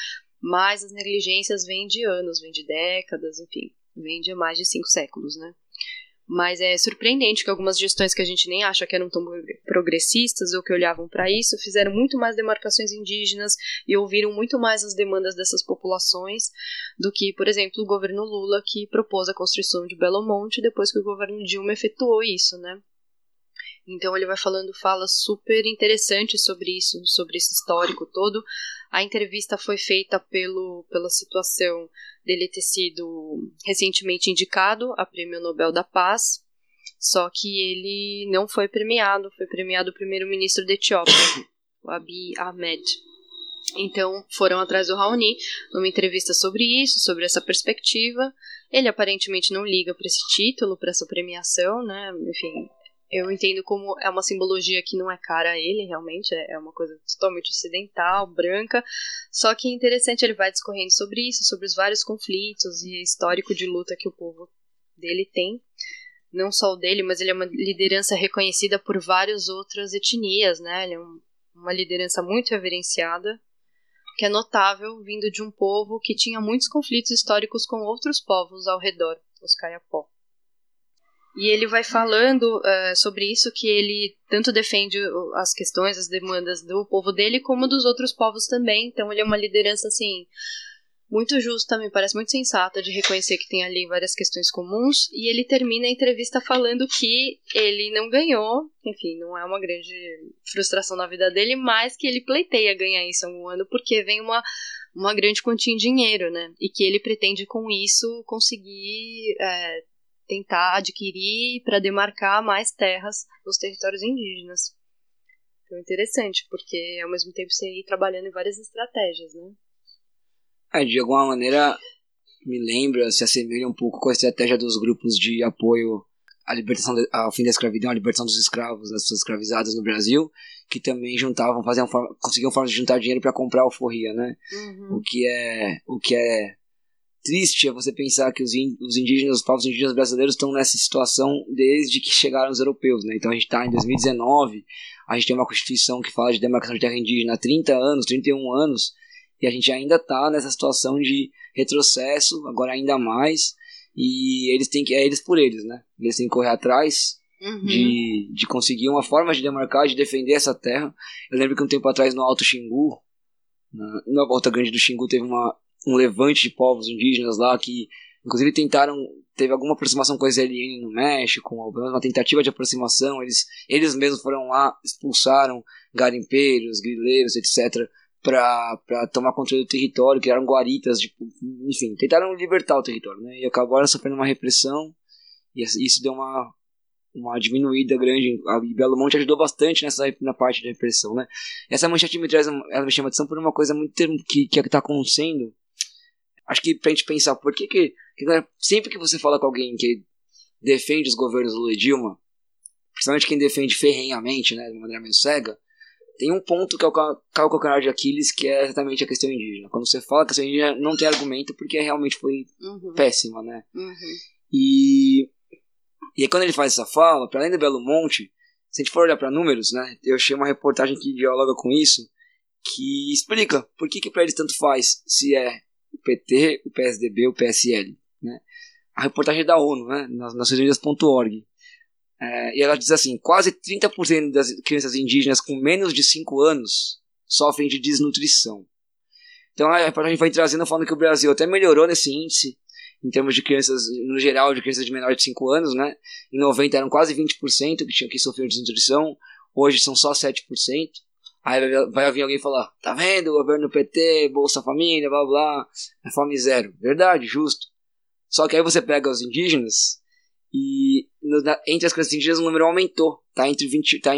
mas as negligências vêm de anos, vêm de décadas, enfim, vêm de mais de 5 séculos, né? Mas é surpreendente que algumas gestões que a gente nem acha que eram tão progressistas ou que olhavam para isso, fizeram muito mais demarcações indígenas e ouviram muito mais as demandas dessas populações do que, por exemplo, o governo Lula, que propôs a construção de Belo Monte depois que o governo Dilma efetuou isso, né? Então ele vai falando falas super interessantes sobre isso, sobre esse histórico todo. A entrevista foi feita pela situação dele ter sido recentemente indicado a Prêmio Nobel da Paz, só que ele não foi premiado o primeiro-ministro da Etiópia, o Abiy Ahmed. Então foram atrás do Raoni numa entrevista sobre isso, sobre essa perspectiva. Ele aparentemente não liga para esse título, para essa premiação, né? Enfim, eu entendo como é uma simbologia que não é cara a ele, realmente, é uma coisa totalmente ocidental, branca, só que é interessante, ele vai discorrendo sobre isso, sobre os vários conflitos e histórico de luta que o povo dele tem, não só o dele, mas ele é uma liderança reconhecida por várias outras etnias, né, ele é uma liderança muito reverenciada, que é notável, vindo de um povo que tinha muitos conflitos históricos com outros povos ao redor, os Kayapó. E ele vai falando sobre isso, que ele tanto defende as questões, as demandas do povo dele, como dos outros povos também. Então ele é uma liderança, assim, muito justa, me parece muito sensata, de reconhecer que tem ali várias questões comuns. E ele termina a entrevista falando que ele não ganhou, enfim, não é uma grande frustração na vida dele, mas que ele pleiteia ganhar isso algum ano, porque vem uma grande quantia em dinheiro, né? E que ele pretende com isso conseguir tentar adquirir para demarcar mais terras nos territórios indígenas. Então é interessante, porque ao mesmo tempo você ir trabalhando em várias estratégias, né? De alguma maneira me lembra, se assemelha um pouco com a estratégia dos grupos de apoio à libertação, ao fim da escravidão, à libertação dos escravos, das pessoas escravizadas no Brasil, que também conseguiam formas de juntar dinheiro para comprar alforria, né? Uhum. O que é triste é você pensar que os povos indígenas brasileiros estão nessa situação desde que chegaram os europeus, né? Então a gente está em 2019, a gente tem uma Constituição que fala de demarcação de terra indígena há 30 anos, 31 anos, e a gente ainda está nessa situação de retrocesso, agora ainda mais, e eles têm que, eles por eles, né? Eles têm que correr atrás de conseguir uma forma de demarcar, de defender essa terra. Eu lembro que um tempo atrás no Alto Xingu, na Volta Grande do Xingu, teve um levante de povos indígenas lá que, inclusive, teve alguma aproximação com a ZLN no México, uma tentativa de aproximação, eles mesmos foram lá, expulsaram garimpeiros, grileiros, etc., para tomar controle do território, criaram guaritas, enfim, tentaram libertar o território, né, e acabaram sofrendo uma repressão, e isso deu uma diminuída grande, e Belo Monte ajudou bastante na parte da repressão, né. Essa manchete ela me chama a atenção por uma coisa muito que está acontecendo. Acho que pra gente pensar, por que sempre que você fala com alguém que defende os governos Lula e Dilma, principalmente quem defende ferrenhamente, né, de maneira meio cega, tem um ponto que é o calcanhar de Aquiles, que é exatamente a questão indígena. Quando você fala que a questão indígena não tem argumento, porque realmente foi péssima, né? E aí quando ele faz essa fala, para além do Belo Monte, se a gente for olhar para números, né, eu achei uma reportagem que dialoga com isso, que explica por que para eles tanto faz se é o PT, o PSDB, o PSL, né? A reportagem é da ONU, né? Nas naçõesunidas.org. E ela diz assim: quase 30% das crianças indígenas com menos de 5 anos sofrem de desnutrição. Então a reportagem vai trazendo, falando que o Brasil até melhorou nesse índice, em termos de crianças, no geral, de crianças de menor de 5 anos, né? Em 90 eram quase 20% que sofriam de desnutrição, hoje são só 7%. Aí vai vir alguém falar: tá vendo, o governo PT, Bolsa Família, blá blá, fome zero. Verdade, justo. Só que aí você pega os indígenas e entre as crianças indígenas o número aumentou, tá em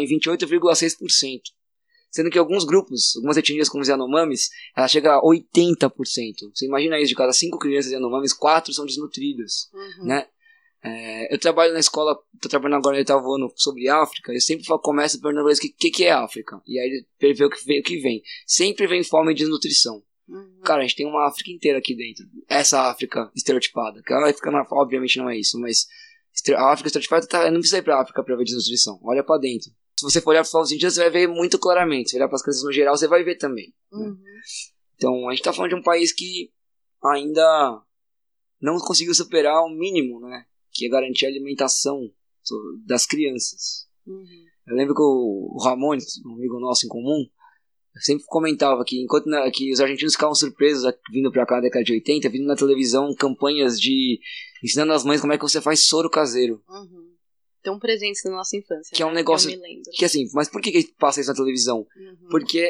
28,6%. Sendo que alguns grupos, algumas etnias como os Yanomamis, ela chega a 80%. Você imagina isso, de cada 5 crianças Yanomamis, 4 são desnutridas, né? Eu trabalho na escola, estou trabalhando agora no oitavo ano sobre África, eu sempre começo perguntando para eles o que é África, e aí ele vê o que vem. Sempre vem fome e desnutrição. Cara, a gente tem uma África inteira aqui dentro, essa África estereotipada, que a África obviamente não é isso, mas a África estereotipada não precisa ir para a África para ver desnutrição, olha para dentro. Se você for olhar para os povos indígenas, você vai ver muito claramente, se olhar para as crianças no geral, você vai ver também. Então a gente está falando de um país que ainda não conseguiu superar o mínimo, né? Que é garantir a alimentação das crianças. Eu lembro que o Ramon, um amigo nosso em comum, sempre comentava que enquanto que os argentinos ficavam surpresos vindo pra cá na década de 80, vindo na televisão campanhas de ensinando as mães como é que você faz soro caseiro. Tão presentes na nossa infância. Que é um negócio que assim, mas por que passa isso na televisão? Porque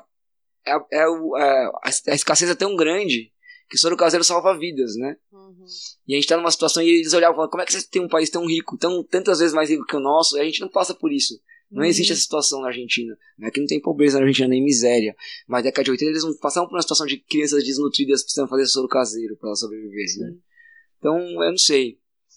a escassez é tão grande que o soro caseiro salva vidas, né? E a gente tá numa situação e eles olhavam e falavam, como é que você tem um país tão rico, tantas vezes mais rico que o nosso, e a gente não passa por isso. Não existe essa situação na Argentina. Aqui não tem pobreza na Argentina, nem miséria. Mas na década de 80 eles não passavam por uma situação de crianças desnutridas precisando fazer soro caseiro para elas sobreviverem, né? Então, eu não sei.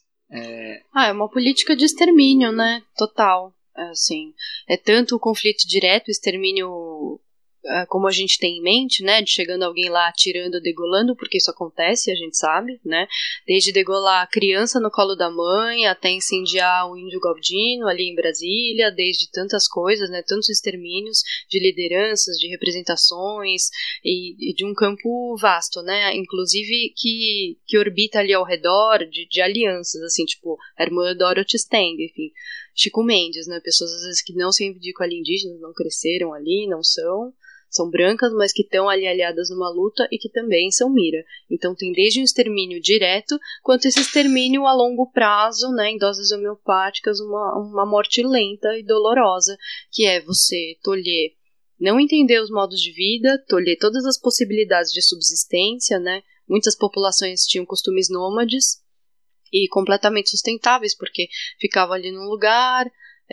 É uma política de extermínio, né? Total. Assim, é tanto o conflito direto, o extermínio como a gente tem em mente, né, de chegando alguém lá atirando, degolando, porque isso acontece, a gente sabe, né, desde degolar a criança no colo da mãe, até incendiar o índio Galdino ali em Brasília, desde tantas coisas, né, tantos extermínios de lideranças, de representações e de um campo vasto, né, inclusive que orbita ali ao redor de alianças, assim, tipo, a irmã Dorothy Stang, enfim, Chico Mendes, né, pessoas às vezes que não se reivindicam ali indígenas, não cresceram ali, não são brancas, mas que estão ali aliadas numa luta e que também são mira. Então tem desde um extermínio direto, quanto esse extermínio a longo prazo, né, em doses homeopáticas, uma morte lenta e dolorosa, que é você tolher, não entender os modos de vida, tolher todas as possibilidades de subsistência, né, muitas populações tinham costumes nômades e completamente sustentáveis, porque ficavam ali num lugar,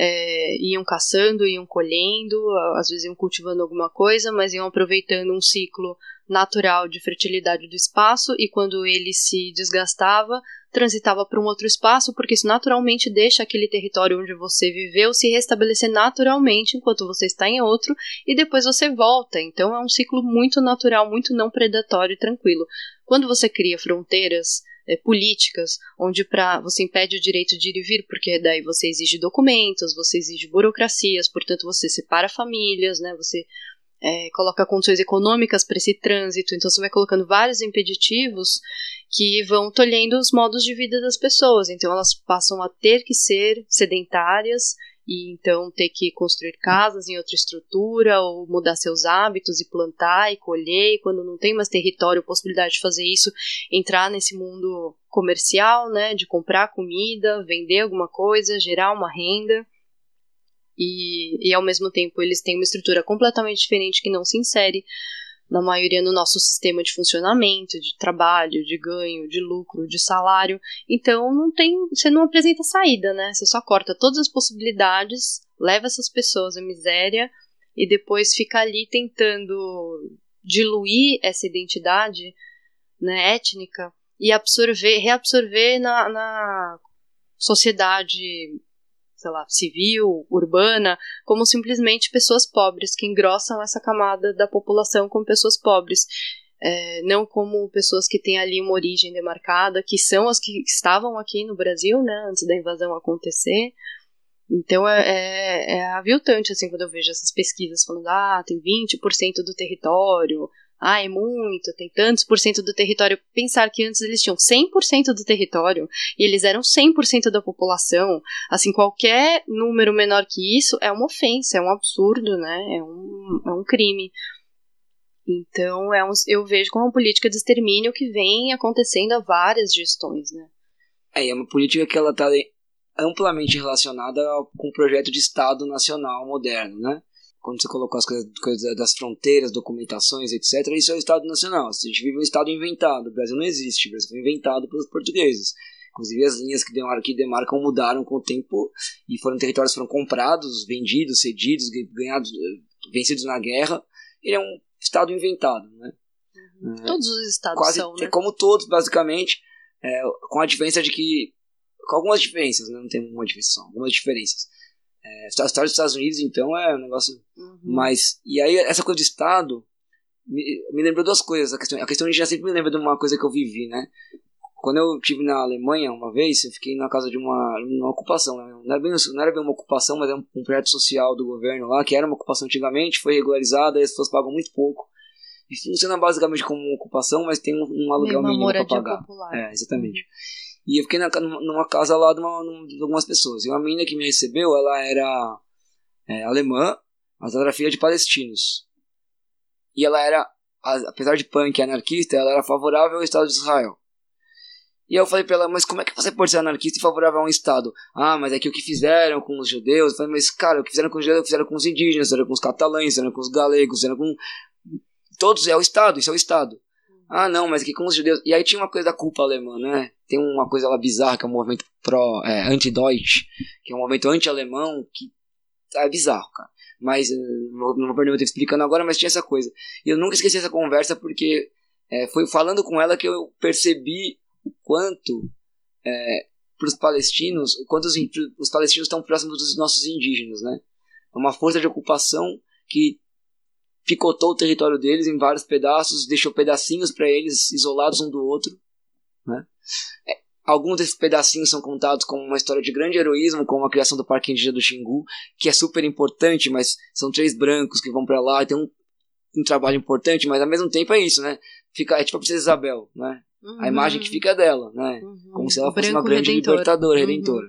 iam caçando, iam colhendo, às vezes iam cultivando alguma coisa, mas iam aproveitando um ciclo natural de fertilidade do espaço, e quando ele se desgastava, transitava para um outro espaço, porque isso naturalmente deixa aquele território onde você viveu se restabelecer naturalmente enquanto você está em outro, e depois você volta. Então é um ciclo muito natural, muito não predatório e tranquilo. Quando você cria fronteiras políticas, onde você impede o direito de ir e vir, porque daí você exige documentos, você exige burocracias, portanto você separa famílias, né, você coloca condições econômicas para esse trânsito, então você vai colocando vários impeditivos que vão tolhendo os modos de vida das pessoas, então elas passam a ter que ser sedentárias, e então ter que construir casas em outra estrutura, ou mudar seus hábitos e plantar e colher, e quando não tem mais território, possibilidade de fazer isso, entrar nesse mundo comercial, né, de comprar comida, vender alguma coisa, gerar uma renda, e ao mesmo tempo eles têm uma estrutura completamente diferente que não se insere na maioria no nosso sistema de funcionamento, de trabalho, de ganho, de lucro, de salário. Então você não apresenta saída, né? Você só corta todas as possibilidades, leva essas pessoas à miséria e depois fica ali tentando diluir essa identidade, né, étnica e reabsorver na sociedade, sei lá, civil, urbana, como simplesmente pessoas pobres, que engrossam essa camada da população como pessoas pobres, não como pessoas que têm ali uma origem demarcada, que são as que estavam aqui no Brasil, né, antes da invasão acontecer. Então é aviltante, assim, quando eu vejo essas pesquisas falando, tem 20% do território, é muito, tem tantos por cento do território. Pensar que antes eles tinham 100% do território e eles eram 100% da população, assim, qualquer número menor que isso é uma ofensa, é um absurdo, né, é um crime. Então eu vejo como uma política de extermínio que vem acontecendo há várias gestões, né. É uma política que ela está amplamente relacionada com o projeto de Estado Nacional moderno, né? Quando você colocou as coisas das fronteiras, documentações, etc., isso é o Estado Nacional. A gente vive um Estado inventado. O Brasil não existe. O Brasil foi inventado pelos portugueses. Inclusive, as linhas que demarcam mudaram com o tempo e territórios foram comprados, vendidos, cedidos, ganhados, vencidos na guerra. Ele é um Estado inventado, né? Todos os Estados são, né? Como todos, basicamente, com a diferença de que... Com algumas diferenças, né? Não tem uma diferença só, algumas diferenças. A história dos Estados Unidos, então, é um negócio mais... E aí, essa coisa de Estado me lembrou duas coisas. A questão indígena sempre me lembra de uma coisa que eu vivi, né? Quando eu estive na Alemanha, uma vez, eu fiquei na casa de uma ocupação, né? Não era bem uma ocupação, mas é um projeto social do governo lá, que era uma ocupação antigamente, foi regularizada, e as pessoas pagam muito pouco. E funciona basicamente como uma ocupação, mas tem um aluguel mínimo pra pagar. Popular. Exatamente. E eu fiquei numa casa lá de algumas pessoas. E uma menina que me recebeu, ela era alemã, mas ela era filha de palestinos. E ela era, apesar de punk e anarquista, ela era favorável ao Estado de Israel. E eu falei pra ela, mas como é que você pode ser anarquista e favorável a um Estado? Ah, mas é que o que fizeram com os judeus... Eu falei, mas cara, o que fizeram com os judeus, fizeram com os indígenas, fizeram com os catalães, fizeram com os galegos, fizeram com... Todos, é o Estado, isso é o Estado. Ah, não, mas aqui com os judeus... E aí tinha uma coisa da culpa alemã, né? Tem uma coisa lá bizarra, que é um movimento anti-Deutsch, que é um movimento anti-alemão, que é bizarro, cara. Mas, não vou perder muito tempo explicando agora, mas tinha essa coisa. E eu nunca esqueci essa conversa, porque foi falando com ela que eu percebi o quanto para os palestinos, o quanto os palestinos estão próximos dos nossos indígenas, né? É uma força de ocupação que picotou o território deles em vários pedaços, deixou pedacinhos para eles isolados um do outro, né? Alguns desses pedacinhos são contados como uma história de grande heroísmo, como a criação do Parque Indígena do Xingu, que é super importante, mas são 3 brancos que vão para lá e tem um trabalho importante, mas ao mesmo tempo é isso, né? É tipo a Princesa Isabel, né? A imagem que fica dela, né? Como se ela fosse uma grande libertadora, redentora.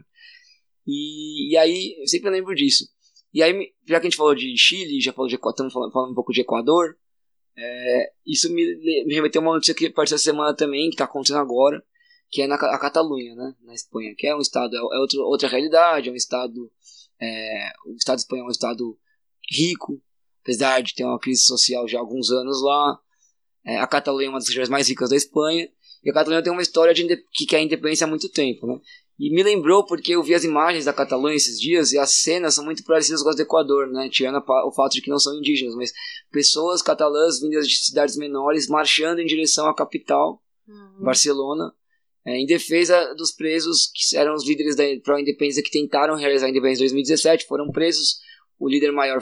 E aí, eu sempre lembro disso. E aí, já que a gente falou de Chile, já falou estamos falando um pouco de Equador, isso me remeteu a uma notícia que apareceu essa semana também, que está acontecendo agora, que é a Catalunha, né? Na Espanha, que é um estado, outra realidade, é um estado, o estado espanhol é um estado rico, apesar de ter uma crise social já há alguns anos lá. A Catalunha é uma das regiões mais ricas da Espanha, e a Catalunha tem uma história que quer a independência há muito tempo, né? E me lembrou porque eu vi as imagens da Catalunha esses dias, e as cenas são muito parecidas com as do Equador, né? Tirando o fato de que não são indígenas, mas pessoas catalãs vindas de cidades menores marchando em direção à capital, Barcelona, em defesa dos presos que eram os líderes da pró-independência que tentaram realizar a independência em 2017, foram presos. O líder maior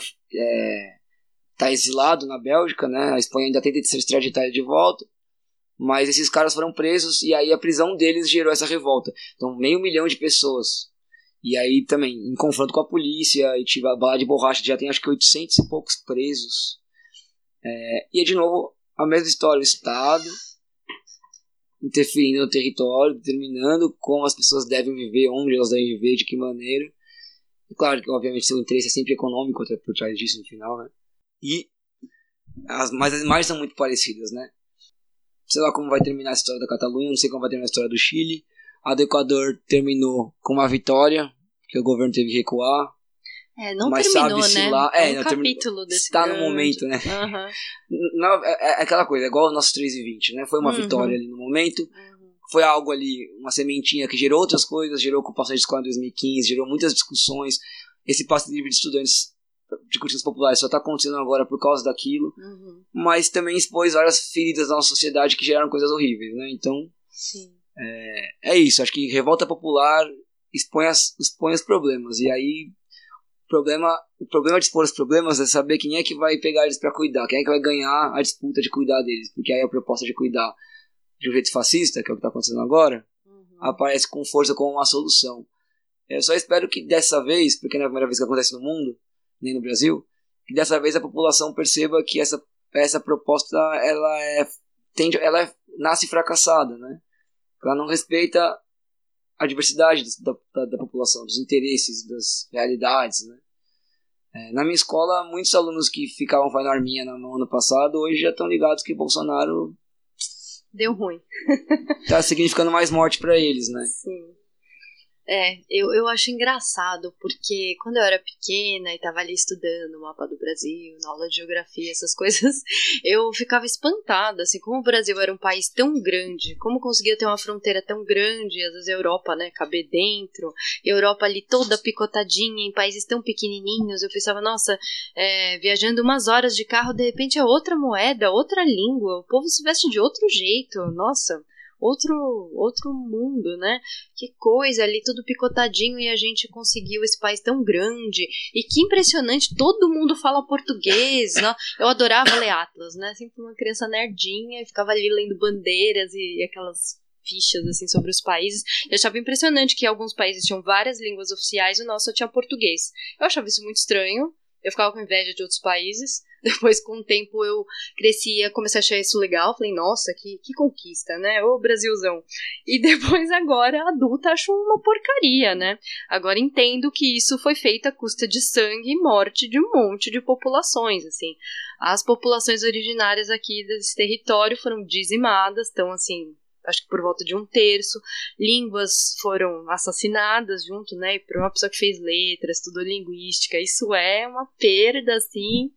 está exilado na Bélgica, né? A Espanha ainda tenta se extraditar ele de volta, mas esses caras foram presos e aí a prisão deles gerou essa revolta. Então 500 mil de pessoas, e aí também em confronto com a polícia, e tive a bala de borracha, já tem acho que 800 e poucos presos. E é de novo a mesma história, o Estado interferindo no território, determinando como as pessoas devem viver, onde elas devem viver, de que maneira. E claro que obviamente seu interesse é sempre econômico até por trás disso no final, né? Mas as imagens são muito parecidas, né? Sei lá como vai terminar a história da Catalunha, não sei como vai terminar a história do Chile. A do Equador terminou com uma vitória, que o governo teve que recuar. Não mas terminou, sabe-se né? Lá, um capítulo desse está no momento, né? Não, é aquela coisa, igual o nosso 3:20, né? Foi uma vitória ali no momento. Foi algo ali, uma sementinha que gerou outras coisas, gerou ocupação de escola em 2015, gerou muitas discussões. Esse passe livre de estudantes de cursos populares só está acontecendo agora por causa daquilo, mas também expôs várias feridas da nossa sociedade que geraram coisas horríveis, né? Então, sim. É isso, acho que revolta popular expõe os problemas, e aí o problema de expor os problemas é saber quem é que vai pegar eles para cuidar, quem é que vai ganhar a disputa de cuidar deles, porque aí a proposta de cuidar de um jeito fascista, que é o que está acontecendo agora, aparece com força como uma solução. Eu só espero que dessa vez, porque não é a primeira vez que acontece no mundo, nem no Brasil, que dessa vez a população perceba que essa proposta ela nasce fracassada, né? Ela não respeita a diversidade da população, dos interesses, das realidades, né? Na minha escola, muitos alunos que ficavam fazendo arminha no ano passado, hoje já estão ligados que Bolsonaro deu ruim. Tá significando mais morte pra eles, né? Sim. Eu acho engraçado, porque quando eu era pequena e tava ali estudando o mapa do Brasil, na aula de geografia, essas coisas, eu ficava espantada, assim, como o Brasil era um país tão grande, como conseguia ter uma fronteira tão grande, às vezes a Europa, né, caber dentro, e a Europa ali toda picotadinha, em países tão pequenininhos, eu pensava, nossa, viajando umas horas de carro, de repente é outra moeda, outra língua, o povo se veste de outro jeito, nossa... Outro mundo, né? Que coisa ali, tudo picotadinho, e a gente conseguiu esse país tão grande. E que impressionante, todo mundo fala português, né? Eu adorava ler Atlas, né? Sempre uma criança nerdinha, ficava ali lendo bandeiras e aquelas fichas assim sobre os países. Eu achava impressionante que alguns países tinham várias línguas oficiais e o nosso só tinha português. Eu achava isso muito estranho, Eu ficava com inveja de outros países. Depois, com o tempo, eu crescia, comecei a achar isso legal. Falei, nossa, que conquista, né? Ô, Brasilzão. E depois, agora, adulta, acho uma porcaria, né? Agora entendo que isso foi feito à custa de sangue e morte de um monte de populações, assim. As populações originárias aqui desse território foram dizimadas, então, assim, acho que por volta de 1/3. Línguas foram assassinadas junto, né? E para uma pessoa que fez letras, estudou linguística, isso é uma perda, assim,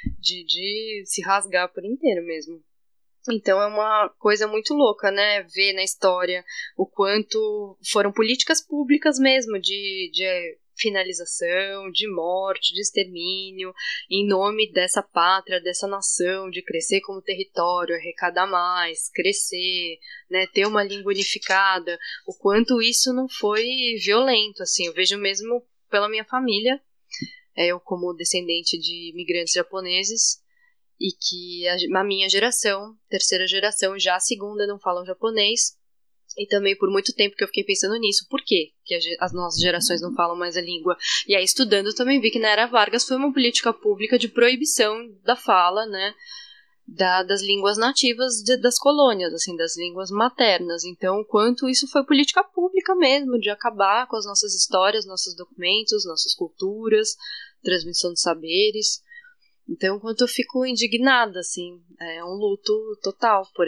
de se rasgar por inteiro mesmo. Então é uma coisa muito louca, né? Ver na história o quanto foram políticas públicas mesmo de finalização, de morte, de extermínio, em nome dessa pátria, dessa nação, de crescer como território, arrecadar mais, crescer, né, ter uma língua unificada, o quanto isso não foi violento, assim, eu vejo mesmo pela minha família, eu como descendente de imigrantes japoneses, e que a minha geração, terceira geração, já a segunda não falam japonês, e também por muito tempo que eu fiquei pensando nisso, por quê que as nossas gerações não falam mais a língua? E aí estudando eu também vi que na Era Vargas foi uma política pública de proibição da fala, né, das línguas nativas das colônias, assim, das línguas maternas. Então, o quanto isso foi política pública mesmo, de acabar com as nossas histórias, nossos documentos, nossas culturas, transmissão de saberes. Então, quanto eu fico indignada, assim, é um luto total por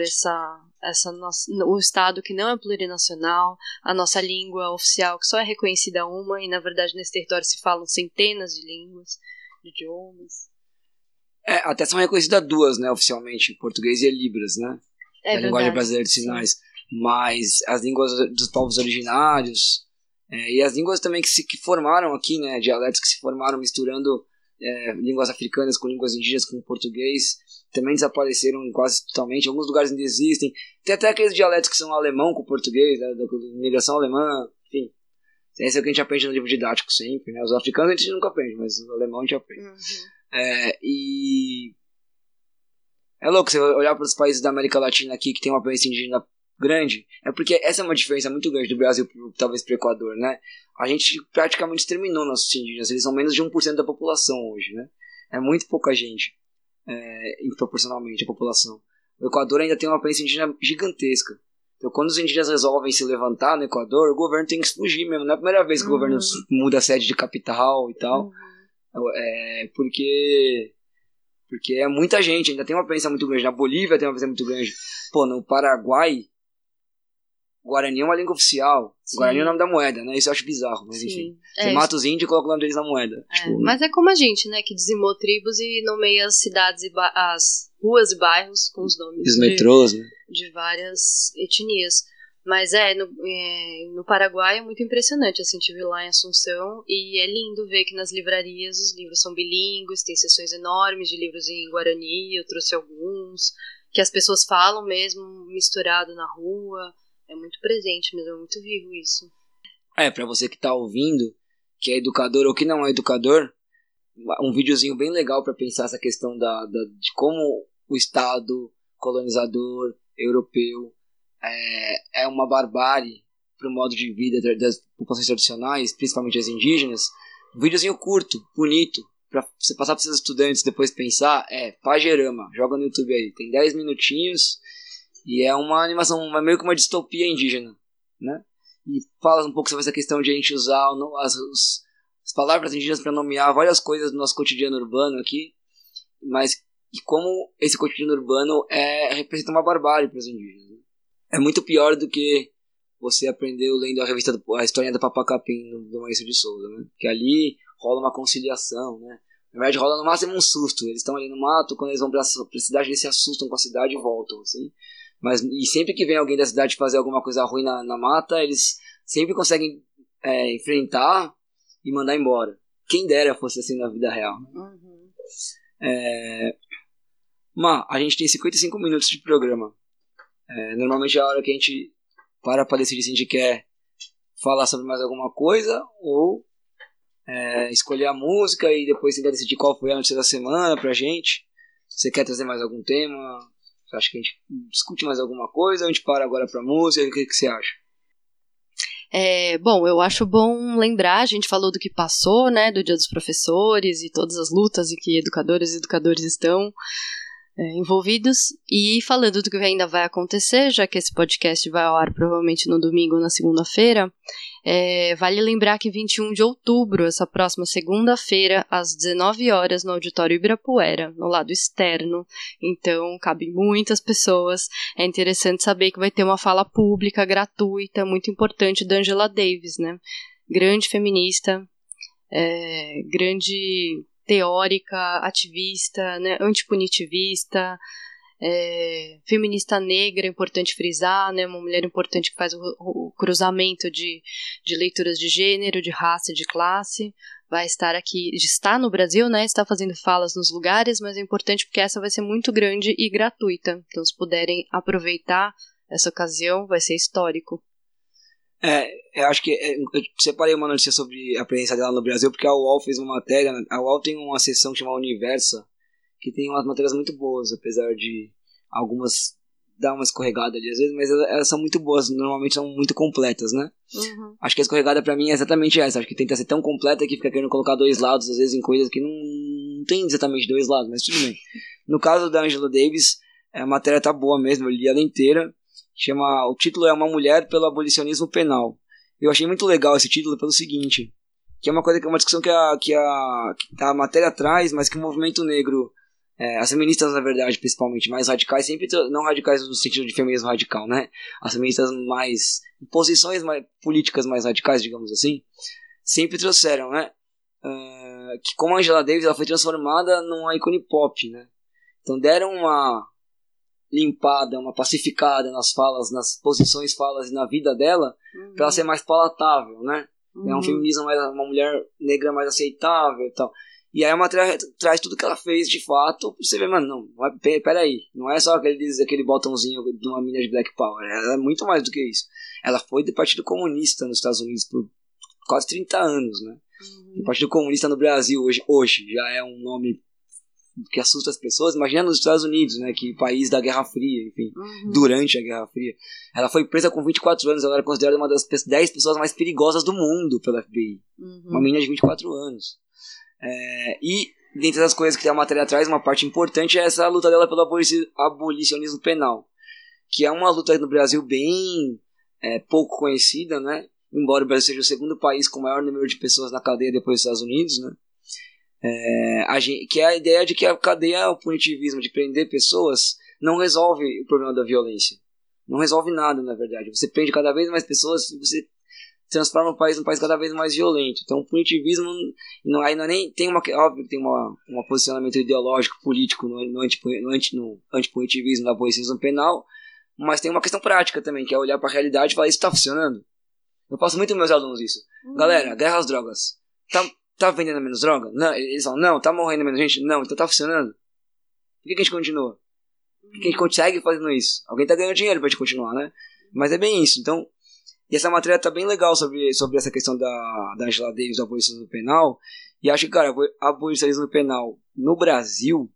o Estado que não é plurinacional, a nossa língua oficial que só é reconhecida uma, e na verdade nesse território se falam centenas de línguas, de idiomas. Até são reconhecidas 2, né, oficialmente, português e Libras, né? É a linguagem brasileira de sinais. Sim. Mas as línguas dos povos originários, e as línguas também que formaram aqui, né, dialetos que se formaram misturando línguas africanas com línguas indígenas com português, também desapareceram quase totalmente. Em alguns lugares ainda existem. Tem até aqueles dialetos que são alemão com português, né, da imigração alemã, enfim. Esse é o que a gente aprende no livro didático sempre, né? Os africanos a gente nunca aprende, mas o alemão a gente aprende. Uhum. E é louco você olhar para os países da América Latina aqui que tem uma presença indígena grande, porque essa é uma diferença muito grande do Brasil, talvez, para o Equador, né? A gente praticamente exterminou nossos indígenas, eles são menos de 1% da população hoje, né? É muito pouca gente, proporcionalmente, a população. O Equador ainda tem uma presença indígena gigantesca. Então, quando os indígenas resolvem se levantar no Equador, o governo tem que fugir mesmo. Não é a primeira vez que o governo muda a sede de capital e tal. Porque é muita gente, ainda tem uma presença muito grande. Na Bolívia tem uma presença muito grande. Pô, no Paraguai, Guarani é uma língua oficial. Sim. Guarani é o nome da moeda, né? Isso eu acho bizarro, mas enfim. Você mata os índios e coloca o nome deles na moeda. Mas é como a gente, né? Que dizimou tribos e nomeia as cidades e as ruas e bairros com os nomes os metrôs, né? De várias etnias. Mas no Paraguai é muito impressionante, assim, estive lá em Assunção e é lindo ver que nas livrarias os livros são bilíngues, tem seções enormes de livros em Guarani, eu trouxe alguns, que as pessoas falam mesmo misturado na rua, é muito presente mesmo, é muito vivo isso. Pra você que tá ouvindo, que é educador ou que não é educador, um videozinho bem legal para pensar essa questão de como o Estado colonizador europeu é uma barbárie para o modo de vida das populações tradicionais, principalmente as indígenas. Um videozinho curto, bonito, para você passar para seus estudantes depois pensar, Pajerama, joga no YouTube aí, tem 10 minutinhos e é uma animação, meio que uma distopia indígena, né? E fala um pouco sobre essa questão de a gente usar as palavras indígenas para nomear várias coisas do nosso cotidiano urbano aqui, mas e como esse cotidiano urbano representa uma barbárie para os indígenas. É muito pior do que você aprendeu lendo a historinha da Papá Capim do Maurício de Souza, né? Que ali rola uma conciliação, né? Na verdade rola no máximo um susto. Eles estão ali no mato, quando eles vão pra cidade eles se assustam com a cidade e voltam, assim. E sempre que vem alguém da cidade fazer alguma coisa ruim na mata, eles sempre conseguem enfrentar e mandar embora. Quem dera fosse assim na vida real. Uhum. A gente tem 55 minutos de programa. Normalmente é a hora que a gente para decidir se a gente quer falar sobre mais alguma coisa ou escolher a música e depois tentar decidir qual foi a notícia da semana pra gente. Você quer trazer mais algum tema? Você acha que a gente discute mais alguma coisa ou a gente para agora pra música? O que você acha? Bom, eu acho bom lembrar, a gente falou do que passou, né, do Dia dos Professores e todas as lutas em que educadoras e educadores estão envolvidos, e falando do que ainda vai acontecer, já que esse podcast vai ao ar provavelmente no domingo ou na segunda-feira, vale lembrar que 21 de outubro, essa próxima segunda-feira, às 19 horas, no Auditório Ibirapuera, no lado externo, então cabem muitas pessoas, é interessante saber que vai ter uma fala pública, gratuita, muito importante, da Angela Davis, né, grande feminista, grande teórica, ativista, né, antipunitivista, feminista negra, importante frisar, né, uma mulher importante que faz o cruzamento de leituras de gênero, de raça e de classe, vai estar aqui, está no Brasil, né, está fazendo falas nos lugares, mas é importante porque essa vai ser muito grande e gratuita, então se puderem aproveitar essa ocasião, vai ser histórico. Eu acho que eu separei uma notícia sobre a presença dela no Brasil, porque a UOL fez uma matéria. A UOL tem uma seção que chama Universa, que tem umas matérias muito boas, apesar de algumas dar uma escorregada ali às vezes, mas elas são muito boas, normalmente são muito completas, né? Uhum. Acho que a escorregada pra mim é exatamente essa, acho que tenta ser tão completa que fica querendo colocar dois lados, às vezes em coisas que não tem exatamente dois lados, mas tudo bem. No caso da Angela Davis, a matéria tá boa mesmo, eu li ela inteira. O título é Uma Mulher pelo Abolicionismo Penal. Eu achei muito legal esse título pelo seguinte, que é uma discussão que a matéria traz, mas que o movimento negro, as feministas, na verdade, principalmente, mais radicais, sempre, não radicais no sentido de feminismo radical, né? As feministas mais, posições políticas mais radicais, digamos assim, sempre trouxeram, né? Que como a Angela Davis, ela foi transformada numa ícone pop, né? Então deram uma limpada, uma pacificada nas falas, nas posições, falas e na vida dela, pra ela ser mais palatável, né? É um feminismo mais, uma mulher negra mais aceitável e tal. E aí a matéria traz tudo que ela fez de fato, pra você ver, mano, não, peraí, não é só aquele botãozinho de uma mina de Black Power, ela é muito mais do que isso. Ela foi do Partido Comunista nos Estados Unidos por quase 30 anos, né? O Partido Comunista no Brasil hoje já é um nome que assusta as pessoas. Imagina nos Estados Unidos, né, que país da Guerra Fria, enfim, durante a Guerra Fria. Ela foi presa com 24 anos, ela era considerada uma das 10 pessoas mais perigosas do mundo pela FBI. Uma menina de 24 anos. E, dentre as coisas que a matéria traz, uma parte importante é essa luta dela pelo abolicionismo penal, que é uma luta no Brasil bem pouco conhecida, né, embora o Brasil seja o segundo país com o maior número de pessoas na cadeia depois dos Estados Unidos, né. Que é a ideia de que a cadeia, o punitivismo de prender pessoas, não resolve o problema da violência. Não resolve nada, na verdade. Você prende cada vez mais pessoas e você transforma o país num país cada vez mais violento. Então o punitivismo aí não é nem tem óbvio que tem um posicionamento ideológico, político no antipunitivismo, no abolicionismo penal, mas tem uma questão prática também, que é olhar para a realidade e falar, isso está funcionando? Eu faço muito com meus alunos isso. Galera, guerra às drogas. Tá vendendo menos droga? Não, eles falam, não, tá morrendo menos gente? Não, então tá funcionando. Por que a gente continua? Por que a gente consegue fazendo isso? Alguém tá ganhando dinheiro pra gente continuar, né? Mas é bem isso. Então, e essa matéria tá bem legal sobre essa questão da Angela Davis, do abolicionismo penal. E acho que, cara, o abolicionismo penal no Brasil,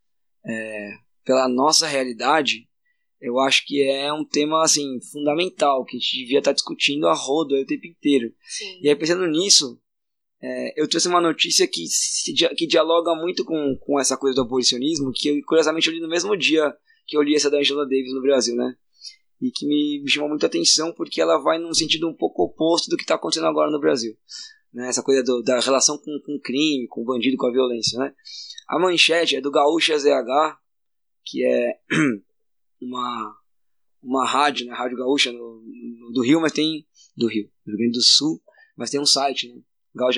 pela nossa realidade, eu acho que é um tema, assim, fundamental, que a gente devia estar discutindo a rodo o tempo inteiro. Sim. E aí, pensando nisso, eu trouxe uma notícia que dialoga muito com essa coisa do abolicionismo, que curiosamente eu li no mesmo dia que eu li essa da Angela Davis no Brasil, né? E que me chamou muita atenção porque ela vai num sentido um pouco oposto do que está acontecendo agora no Brasil, né? Essa coisa da relação com o crime, com o bandido, com a violência, né? A manchete é do Gaúcha ZH, que é uma rádio, né? Rádio Gaúcha do Rio, mas tem do Rio Grande do Sul, mas tem um site, né?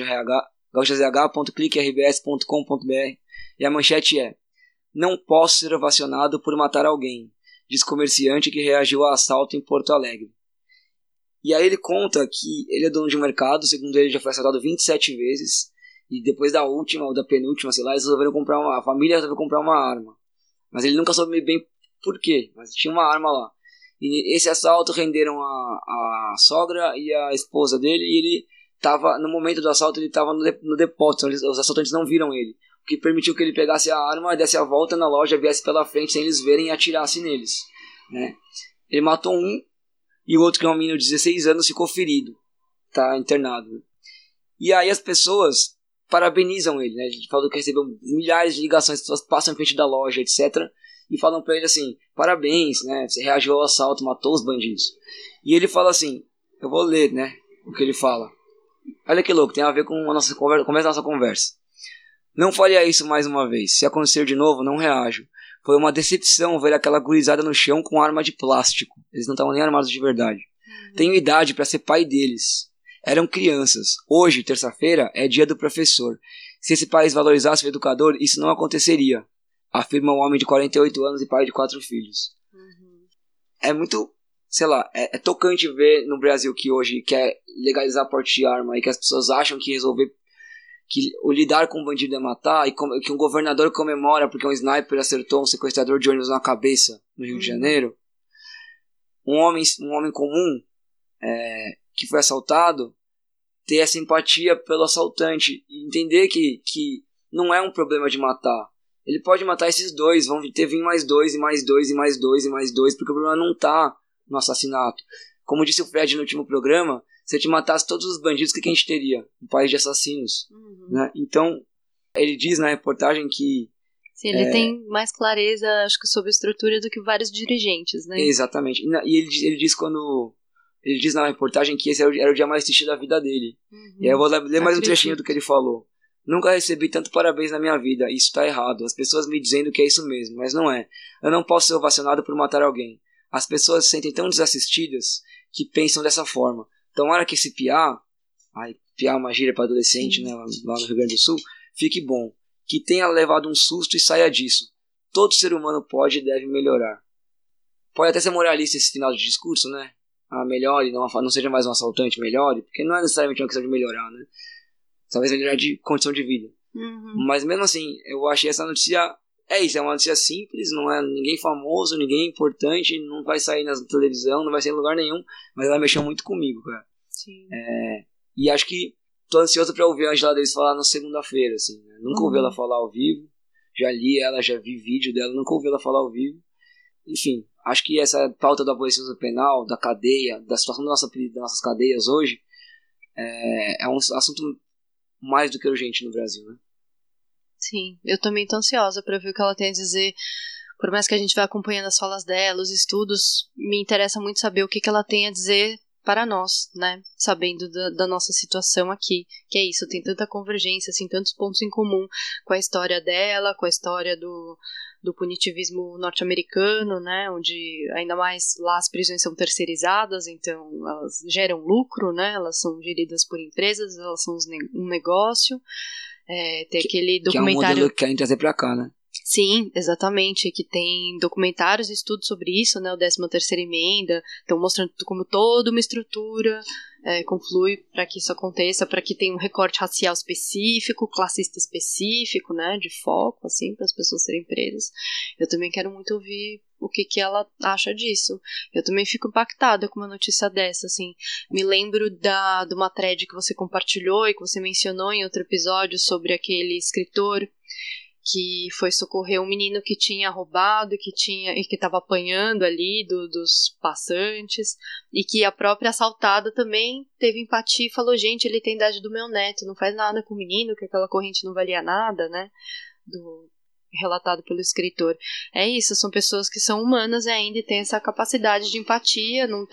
gauchazh.cliquerbs.com.br, e a manchete é: não posso ser ovacionado por matar alguém, diz comerciante que reagiu a assalto em Porto Alegre. E aí ele conta que ele é dono de um mercado, segundo ele já foi assaltado 27 vezes, e depois da última ou da penúltima, sei lá, eles resolveram a família resolveu comprar uma arma, mas ele nunca soube bem por quê, mas tinha uma arma lá. E esse assalto renderam a sogra e a esposa dele, e ele no momento do assalto ele estava no depósito, os assaltantes não viram ele, o que permitiu que ele pegasse a arma, desse a volta na loja, viesse pela frente sem eles verem e atirasse neles, né? Ele matou um, e o outro, que é um menino de 16 anos, ficou ferido. tá internado, né? E aí as pessoas parabenizam ele, né? Ele falou que recebeu milhares de ligações, as pessoas passam em frente da loja, etc. E falam pra ele assim, parabéns, né? Você reagiu ao assalto, matou os bandidos. E ele fala assim, eu vou ler, né? O que ele fala. Olha que louco, tem a ver com a nossa conversa, começa a nossa conversa. Não faria isso mais uma vez. Se acontecer de novo, não reajo. Foi uma decepção ver aquela gurizada no chão com arma de plástico. Eles não estavam nem armados de verdade. Tenho idade para ser pai deles. Eram crianças. Hoje, terça-feira, é dia do professor. Se esse país valorizasse o educador, isso não aconteceria. Afirma um homem de 48 anos e pai de 4 filhos. É muito, sei lá, é tocante ver no Brasil que hoje quer legalizar porte de arma e que as pessoas acham que resolver, que o lidar com um bandido é matar, e que um governador comemora porque um sniper acertou um sequestrador de ônibus na cabeça no Rio de Janeiro. Um homem comum que foi assaltado ter essa empatia pelo assaltante e entender que não é um problema de matar. Ele pode matar esses dois, vão ter vir mais dois, e mais dois, e mais dois, e mais dois, porque o problema não tá no assassinato. Como disse o Fred no último programa, se a gente matasse todos os bandidos, o que a gente teria? Um país de assassinos. Né? Então, ele diz na reportagem que... Sim, ele tem mais clareza, acho que, sobre a estrutura do que vários dirigentes, né? Exatamente. E ele diz quando... Ele diz na reportagem que esse era o dia mais triste da vida dele. E aí eu vou ler mais um trechinho do que ele falou. Nunca recebi tanto parabéns na minha vida. Isso tá errado. As pessoas me dizendo que é isso mesmo, mas não é. Eu não posso ser ovacionado por matar alguém. As pessoas se sentem tão desassistidas que pensam dessa forma. Então, na hora que esse piá é uma gíria para adolescente, né, lá no Rio Grande do Sul, fique bom. Que tenha levado um susto e saia disso. Todo ser humano pode e deve melhorar. Pode até ser moralista esse final de discurso, né? Melhore, não seja mais um assaltante, melhore. Porque não é necessariamente uma questão de melhorar, né? Talvez melhorar de condição de vida. Mas mesmo assim, eu achei essa notícia... É isso, é uma notícia simples, não é ninguém famoso, ninguém importante, não vai sair na televisão, não vai sair em lugar nenhum, mas ela mexeu muito comigo, cara. Sim. E acho que tô ansioso pra ouvir a Angela Davis falar na segunda-feira, assim, né? Nunca ouvi ela falar ao vivo, já li ela, já vi vídeo dela, nunca ouvi ela falar ao vivo. Enfim, acho que essa pauta do abolicionismo penal, da cadeia, da situação das nossas cadeias hoje, é um assunto mais do que urgente no Brasil, né? Sim, eu também tô ansiosa para ver o que ela tem a dizer. Por mais que a gente vá acompanhando as falas dela, os estudos, me interessa muito saber o que ela tem a dizer para nós, né? Sabendo da nossa situação aqui. Que é isso, tem tanta convergência, assim, tantos pontos em comum com a história dela, com a história do punitivismo norte-americano, né? Onde, ainda mais, lá as prisões são terceirizadas, então elas geram lucro, né? Elas são geridas por empresas, elas são um negócio. Tem aquele documentário... Que é um modelo que querem trazer pra cá, né? Sim, exatamente, que tem documentários e estudos sobre isso, né, o 13ª emenda, estão mostrando como toda uma estrutura conflui para que isso aconteça, para que tenha um recorte racial específico, classista específico, né, de foco, assim, para as pessoas serem presas. Eu também quero muito ouvir o que ela acha disso. Eu também fico impactada com uma notícia dessa, assim. Me lembro de uma thread que você compartilhou e que você mencionou em outro episódio sobre aquele escritor que foi socorrer um menino que tinha roubado, que estava apanhando ali dos passantes, e que a própria assaltada também teve empatia e falou, gente, ele tem a idade do meu neto, não faz nada com o menino, que aquela corrente não valia nada, né, relatado pelo escritor. É isso, são pessoas que são humanas e ainda têm essa capacidade de empatia, não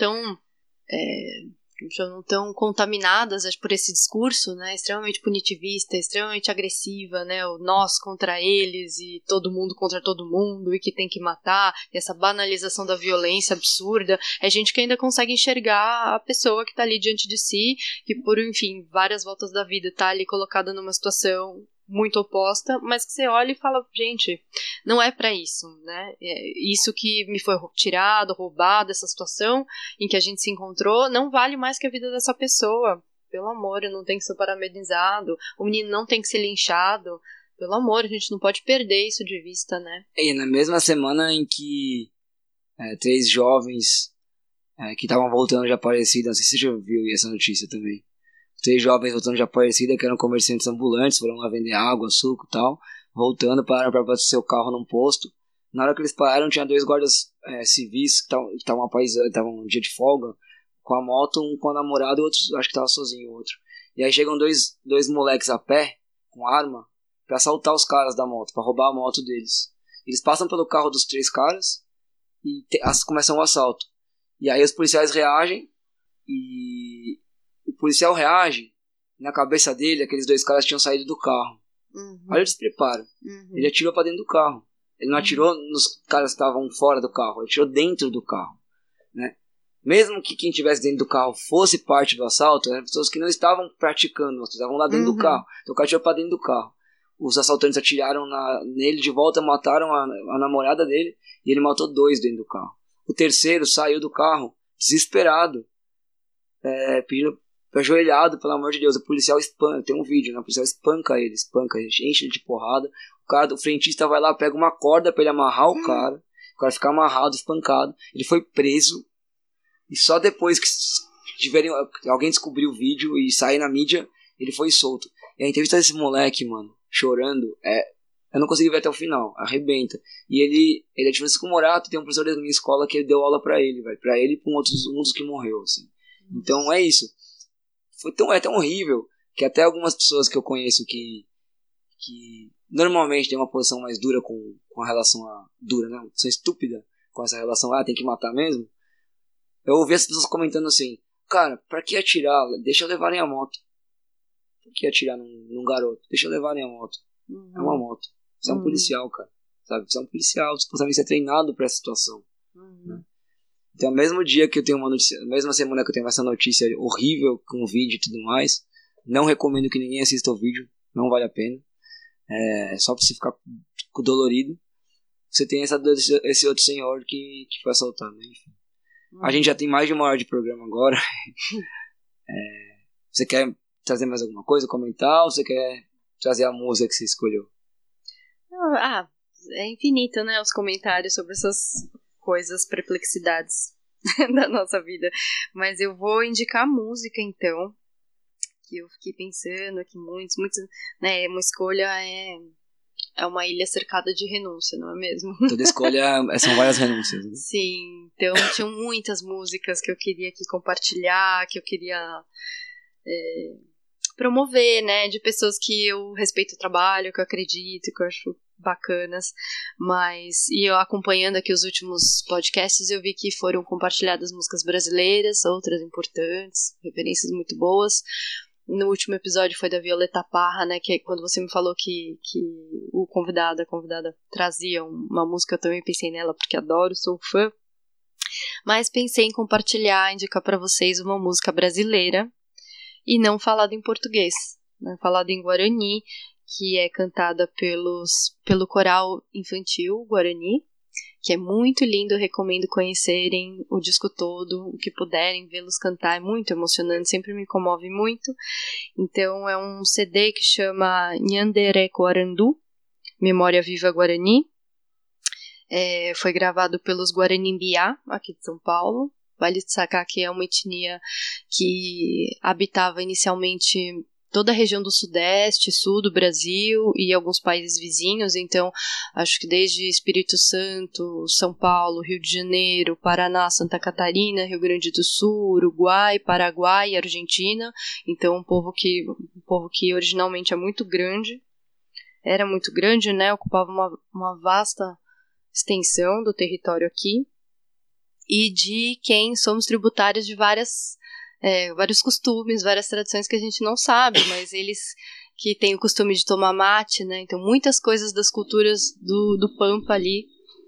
tão contaminadas por esse discurso, né, extremamente punitivista, extremamente agressiva, né, o nós contra eles e todo mundo contra todo mundo e que tem que matar, e essa banalização da violência absurda. É gente que ainda consegue enxergar a pessoa que está ali diante de si, que por, enfim, várias voltas da vida está ali colocada numa situação muito oposta, mas que você olha e fala, gente, não é pra isso, né? Isso que me foi tirado, roubado, essa situação em que a gente se encontrou, não vale mais que a vida dessa pessoa. Pelo amor, não tem que ser parabenizado, o menino não tem que ser linchado. Pelo amor, a gente não pode perder isso de vista, né? E na mesma semana em que 3 jovens que estavam voltando de Aparecida, não sei se você já viu essa notícia também, 3 jovens voltando de Aparecida, que eram comerciantes ambulantes, foram lá vender água, suco e tal, voltando, pararam para abastecer o carro num posto. Na hora que eles pararam, tinha 2 guardas civis que estavam um dia de folga, com a moto, um com a namorada e o outro, acho que tava sozinho o outro. E aí chegam dois moleques a pé, com arma, pra assaltar os caras da moto, pra roubar a moto deles. Eles passam pelo carro dos 3 caras e começam o assalto. E aí os policiais reagem e o policial reage, na cabeça dele, aqueles 2 caras tinham saído do carro. Olha o despreparo. Ele atirou pra dentro do carro. Ele não atirou nos caras que estavam fora do carro, ele atirou dentro do carro, né? Mesmo que quem estivesse dentro do carro fosse parte do assalto, eram pessoas que não estavam praticando, mas estavam lá dentro do carro. Então o cara atirou pra dentro do carro. Os assaltantes atiraram nele de volta, mataram a namorada dele e ele matou 2 dentro do carro. O terceiro saiu do carro desesperado, pedindo, ajoelhado, pelo amor de Deus. O policial espanca, tem um vídeo, né? O policial espanca ele, enche ele de porrada. O frentista vai lá, pega uma corda pra ele amarrar o cara fica amarrado, espancado. Ele foi preso e só depois que alguém descobriu o vídeo e sair na mídia, ele foi solto. E a entrevista desse moleque, mano, chorando, eu não consegui ver até o final, arrebenta. E ele é de Francisco Morato, tem um professor da minha escola que deu aula pra ele, velho, pra ele e pra um dos que morreu, assim. Então é isso. É tão horrível que até algumas pessoas que eu conheço que normalmente tem uma posição mais dura com a relação dura, né? Uma posição estúpida com essa relação, tem que matar mesmo. Eu ouvi as pessoas comentando assim, cara, pra que atirar? Deixa levarem a moto. Por que atirar num garoto? Deixa levarem a moto. É uma moto. Você é um policial, cara. Sabe? Você é um policial, supostamente você é treinado pra essa situação. Né? Então, mesmo dia que eu tenho uma notícia, mesma semana que eu tenho essa notícia horrível com o vídeo e tudo mais, não recomendo que ninguém assista o vídeo, não vale a pena. Só pra você ficar dolorido. Você tem esse outro senhor que foi assaltado, né? Enfim. A gente já tem mais de 1 hora de programa agora. Você quer trazer mais alguma coisa, comentar, ou você quer trazer a música que você escolheu? É infinito, né? Os comentários sobre essas coisas, perplexidades da nossa vida. Mas eu vou indicar música, então, que eu fiquei pensando que muitos, né? Uma escolha é uma ilha cercada de renúncia, não é mesmo? Toda escolha são várias renúncias, né? Sim, então tinham muitas músicas que eu queria aqui compartilhar, que eu queria promover, né, de pessoas que eu respeito o trabalho, que eu acredito, que eu acho bacanas, e eu acompanhando aqui os últimos podcasts, eu vi que foram compartilhadas músicas brasileiras, outras importantes, referências muito boas. No último episódio foi da Violeta Parra, né, que quando você me falou que a convidada trazia uma música, eu também pensei nela, porque adoro, sou fã, mas pensei em compartilhar, indicar para vocês uma música brasileira, e não falada em português, né, falada em Guarani, que é cantada pelo coral infantil Guarani, que é muito lindo, eu recomendo conhecerem o disco todo, o que puderem, vê-los cantar, é muito emocionante, sempre me comove muito. Então é um CD que chama Nhandere Guarandu, Memória Viva Guarani, foi gravado pelos Guarani-Mbiá, aqui de São Paulo. Vale destacar que é uma etnia que habitava inicialmente toda a região do sudeste, sul do Brasil e alguns países vizinhos, então acho que desde Espírito Santo, São Paulo, Rio de Janeiro, Paraná, Santa Catarina, Rio Grande do Sul, Uruguai, Paraguai e Argentina, então um povo que originalmente é muito grande, era muito grande, né, ocupava uma vasta extensão do território aqui, e de quem somos tributários de vários costumes, várias tradições que a gente não sabe, mas eles que têm o costume de tomar mate, né? Então muitas coisas das culturas do Pampa ali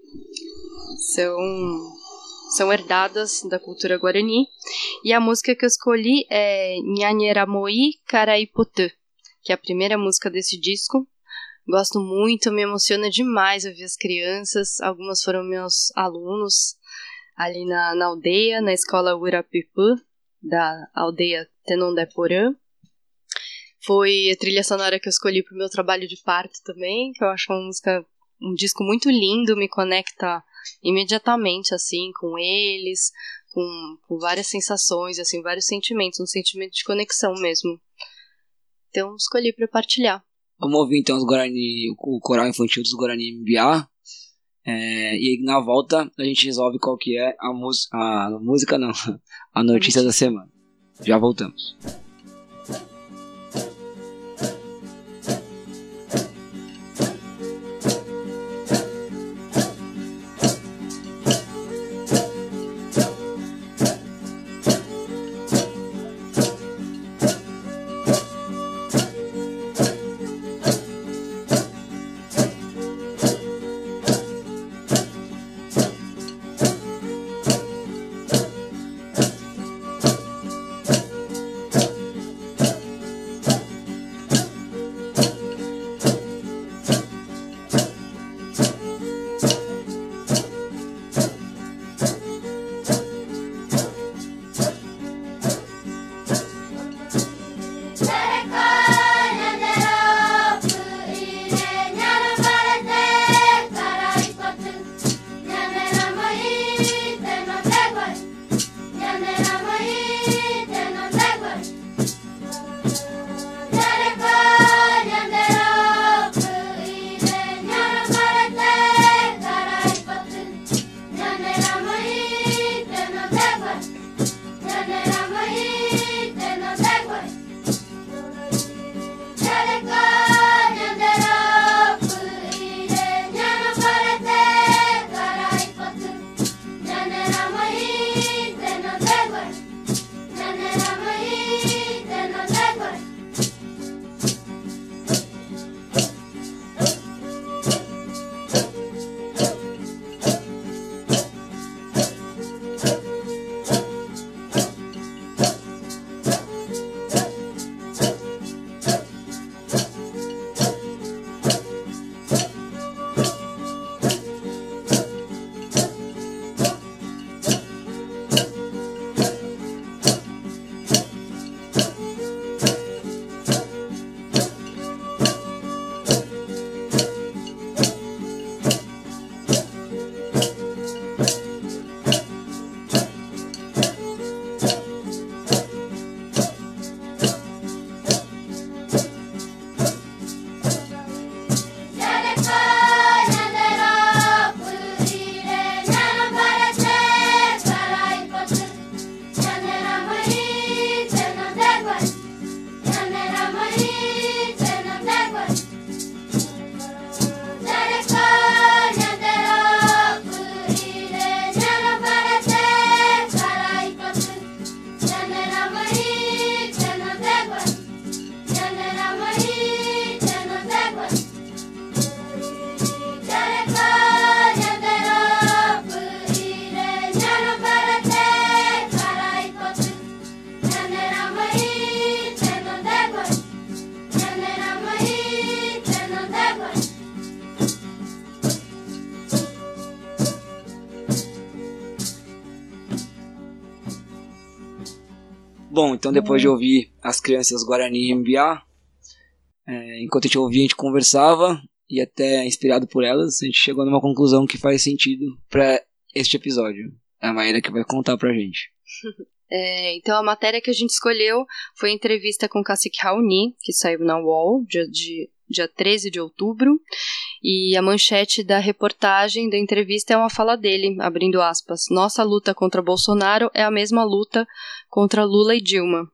são herdadas da cultura guarani. E a música que eu escolhi é Nhanheramoí Caraipotã, que é a primeira música desse disco. Gosto muito, me emociona demais ouvir as crianças, algumas foram meus alunos ali na aldeia, na escola Urapipã, da aldeia Tenondeporã. Foi a trilha sonora que eu escolhi para o meu trabalho de parto também, que eu acho um disco muito lindo, me conecta imediatamente, assim, com eles, com várias sensações, assim, vários sentimentos, um sentimento de conexão mesmo. Então, escolhi para partilhar. Vamos ouvir então o coral infantil dos Guarani-Mbiá. E na volta a gente resolve qual que é a música não, a notícia da semana. Já voltamos. Bom, então depois de ouvir as crianças Guarani enviar, enquanto a gente ouvia, a gente conversava, e até inspirado por elas, a gente chegou numa conclusão que faz sentido para este episódio. É a Maíra que vai contar pra gente. Então a matéria que a gente escolheu foi a entrevista com Cacique Raoni, que saiu na UOL, dia 13 de outubro, e a manchete da reportagem da entrevista é uma fala dele, abrindo aspas: "Nossa luta contra Bolsonaro é a mesma luta contra Lula e Dilma."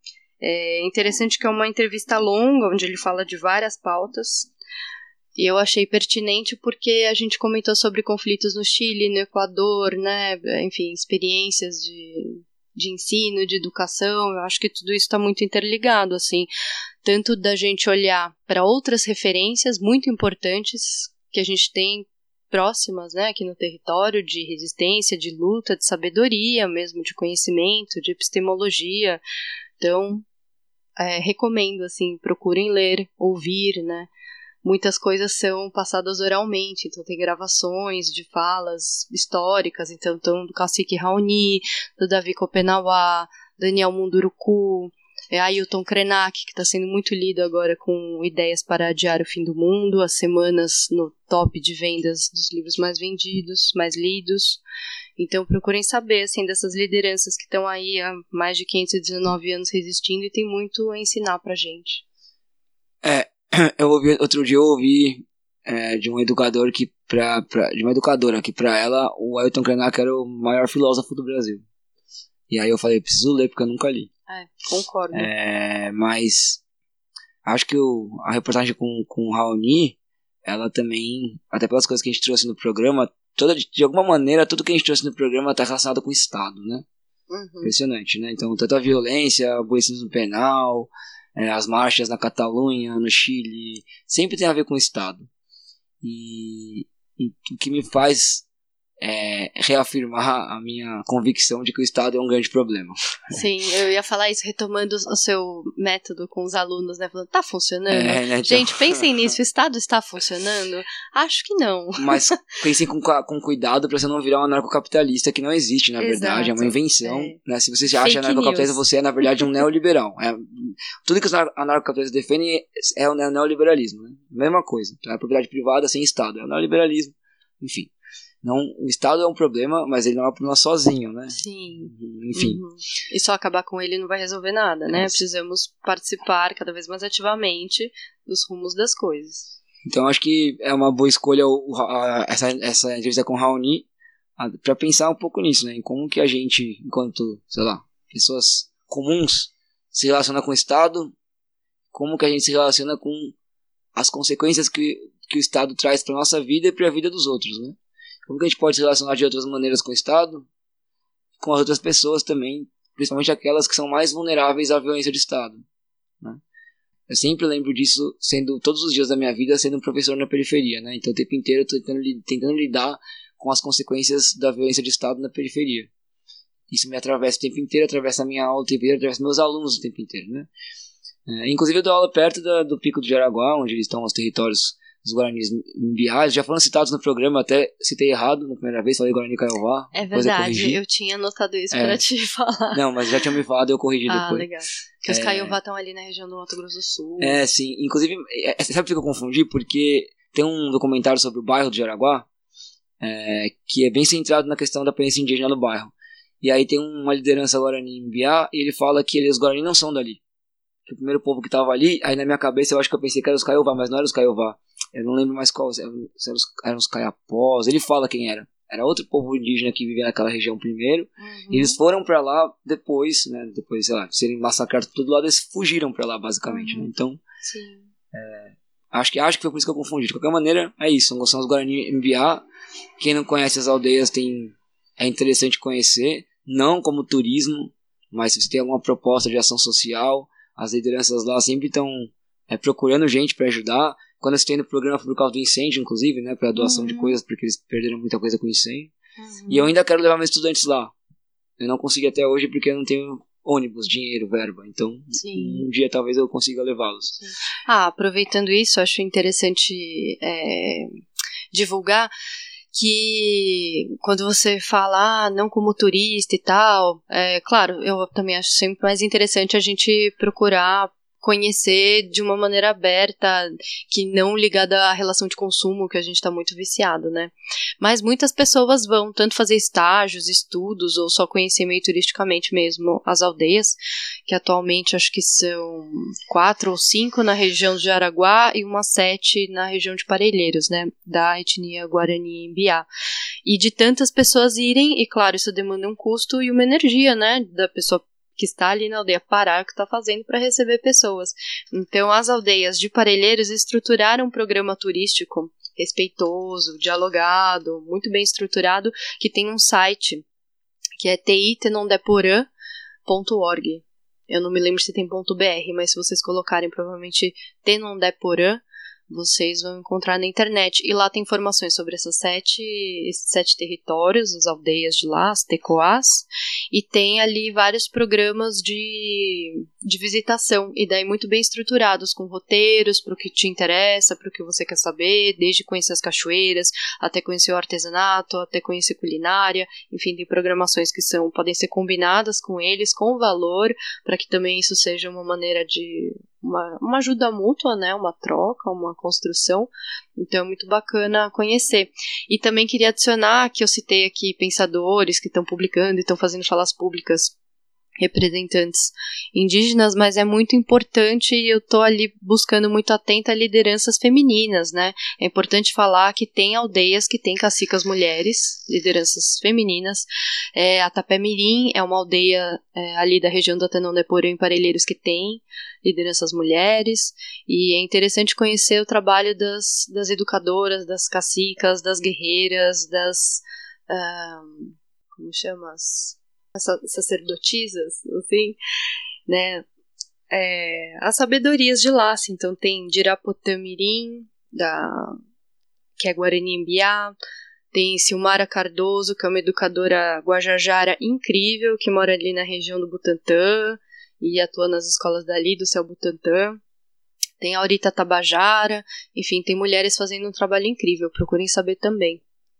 É interessante que é uma entrevista longa, onde ele fala de várias pautas, e eu achei pertinente porque a gente comentou sobre conflitos no Chile, no Equador, né, enfim, experiências de ensino, de educação. Eu acho que tudo isso está muito interligado, assim, tanto da gente olhar para outras referências muito importantes que a gente tem próximas, né, aqui no território, de resistência, de luta, de sabedoria mesmo, de conhecimento, de epistemologia. Então, recomendo, assim, procurem ler, ouvir, né. Muitas coisas são passadas oralmente, então tem gravações de falas históricas, então do Cacique Raoni, do Davi Kopenawa, Daniel Munduruku, Ailton Krenak, que está sendo muito lido agora com ideias para adiar o fim do mundo, as semanas no top de vendas dos livros mais vendidos, mais lidos. Então procurem saber, assim, dessas lideranças que estão aí há mais de 519 anos resistindo e tem muito a ensinar pra gente. Outro dia eu ouvi de um educador de uma educadora que pra ela o Ailton Krenak era o maior filósofo do Brasil. E aí eu falei, preciso ler porque eu nunca li. Concordo. Mas acho que a reportagem com o Raoni, ela também, até pelas coisas que a gente trouxe no programa, de alguma maneira, tudo que a gente trouxe no programa está relacionado com o Estado, né? Impressionante, né? Então, tanto a violência, o abolicionismo penal, as marchas na Catalunha, no Chile, sempre tem a ver com o Estado. E o que me faz reafirmar a minha convicção de que o Estado é um grande problema. Sim, eu ia falar isso retomando o seu método com os alunos, né? Falando, tá funcionando? Né, então... Gente, pensem nisso, o Estado está funcionando? Acho que não. Mas pensem com cuidado pra você não virar um anarcocapitalista, que não existe, na verdade, é uma invenção. Né? Se você acha anarcocapitalista, você é, na verdade, um neoliberal. Tudo que os anarcocapitalistas defendem é o neoliberalismo. Né? Mesma coisa, é a propriedade privada sem Estado, é o neoliberalismo, enfim. Não, o Estado é um problema, mas ele não é um problema sozinho, né? Sim. Enfim. E só acabar com ele não vai resolver nada, né? Precisamos participar cada vez mais ativamente dos rumos das coisas. Então acho que é uma boa escolha essa entrevista com o Raoni para pensar um pouco nisso, né? Em como que a gente, enquanto, sei lá, pessoas comuns, se relaciona com o Estado, como que a gente se relaciona com as consequências que o Estado traz para nossa vida e para a vida dos outros, né? Como que a gente pode se relacionar de outras maneiras com o Estado, com as outras pessoas também, principalmente aquelas que são mais vulneráveis à violência de Estado, né? Eu sempre lembro disso, sendo todos os dias da minha vida, sendo um professor na periferia, né? Então o tempo inteiro eu estou tentando lidar com as consequências da violência de Estado na periferia. Isso me atravessa o tempo inteiro, atravessa a minha aula o tempo inteiro, atravessa meus alunos o tempo inteiro, né? Inclusive eu dou aula perto do Pico do Jaraguá, onde estão os territórios dos Guaranis Mbiás, já foram citados no programa, até citei errado na primeira vez, falei Guarani Kaiowá. É verdade, eu tinha anotado isso pra te falar. Não, mas já tinha me falado e eu corrigi depois. Legal. Porque os Kaiowá estão ali na região do Mato Grosso do Sul. Sim. Inclusive, sabe por que eu confundi? Porque tem um documentário sobre o bairro do Jaraguá, que é bem centrado na questão da presença indígena no bairro. E aí tem uma liderança Guarani Mbiá, e ele fala que os Guarani não são dali. Que o primeiro povo que estava ali, aí na minha cabeça eu acho que eu pensei que eram os Kaiowá, mas não eram os Kaiowá. Eu não lembro mais qual, eram os Caiapós, ele fala quem era. Era outro povo indígena que vivia naquela região primeiro, e eles foram pra lá depois, né, sei lá, de serem massacrados por todo lado, eles fugiram pra lá, basicamente, né? Então, sim. Acho que foi por isso que eu confundi. De qualquer maneira, é isso, são os Guarani Mbiá. Quem não conhece as aldeias é interessante conhecer, não como turismo, mas se você tem alguma proposta de ação social, as lideranças lá sempre estão procurando gente para ajudar. Quando eu estou no programa por causa do incêndio, inclusive, né, para doação de coisas, porque eles perderam muita coisa com o incêndio. E eu ainda quero levar meus estudantes lá. Eu não consegui até hoje porque eu não tenho ônibus, dinheiro, verba. Então, um dia talvez eu consiga levá-los. Aproveitando isso, acho interessante divulgar que quando você fala não como turista e tal, claro, eu também acho sempre mais interessante a gente procurar conhecer de uma maneira aberta, que não ligada à relação de consumo, que a gente está muito viciado, né? Mas muitas pessoas vão tanto fazer estágios, estudos, ou só conhecer meio turisticamente mesmo as aldeias, que atualmente acho que são 4 ou 5 na região de Jaraguá e umas 7 na região de Parelheiros, né? Da etnia Guarani Mbiá. E de tantas pessoas irem, e claro, isso demanda um custo e uma energia, né? Da pessoa que está ali na aldeia parar o que está fazendo para receber pessoas. Então, as aldeias de Parelheiros estruturaram um programa turístico respeitoso, dialogado, muito bem estruturado, que tem um site que é titenondeporã.org. Eu não me lembro se tem .br, mas se vocês colocarem provavelmente Tenondeporã, vocês vão encontrar na internet. E lá tem informações sobre esses 7 territórios, as aldeias de lá, as tecoás. E tem ali vários programas de visitação. E daí muito bem estruturados, com roteiros para o que te interessa, para o que você quer saber. Desde conhecer as cachoeiras, até conhecer o artesanato, até conhecer culinária. Enfim, tem programações que podem ser combinadas com eles, com valor, para que também isso seja uma maneira de uma ajuda mútua, né? Uma troca, uma construção. Então é muito bacana conhecer. E também queria adicionar que eu citei aqui pensadores que estão publicando e estão fazendo falas públicas representantes indígenas, mas é muito importante e eu tô ali buscando muito atenta a lideranças femininas, né? É importante falar que tem aldeias que tem cacicas mulheres, lideranças femininas. A Tapé-Mirim é uma aldeia ali da região do Atenão-Deporã em Parelheiros que tem lideranças mulheres, e é interessante conhecer o trabalho das educadoras, das cacicas, das guerreiras, das como chama? Sacerdotisas, assim, né? As sabedorias de lá, assim. Então tem Dirapotã-Mirim, que é Guarani-Mbiá, tem Silmara Cardoso, que é uma educadora guajajara incrível, que mora ali na região do Butantã e atua nas escolas dali, do Céu Butantã. Tem a Aurita Tabajara, enfim, tem mulheres fazendo um trabalho incrível, procurem saber também.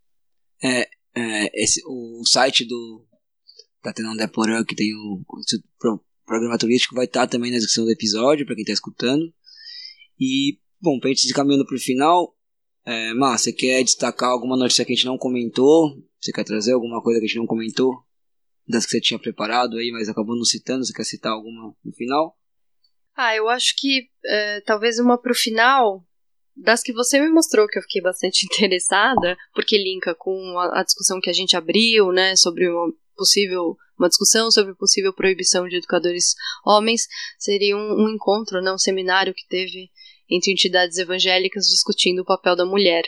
O site da Atenão-Deporã, que tem o programa turístico, vai estar também na descrição do episódio, para quem está escutando. E, bom, para a gente ir caminhando para o final, Má, você quer destacar alguma notícia que a gente não comentou? Você quer trazer alguma coisa que a gente não comentou? Das que você tinha preparado aí, mas acabou não citando, você quer citar alguma no final? Eu acho que talvez uma pro final, das que você me mostrou, que eu fiquei bastante interessada, porque linka com a discussão que a gente abriu, né, sobre uma discussão sobre possível proibição de educadores homens, seria um encontro, né, um seminário que teve entre entidades evangélicas discutindo o papel da mulher.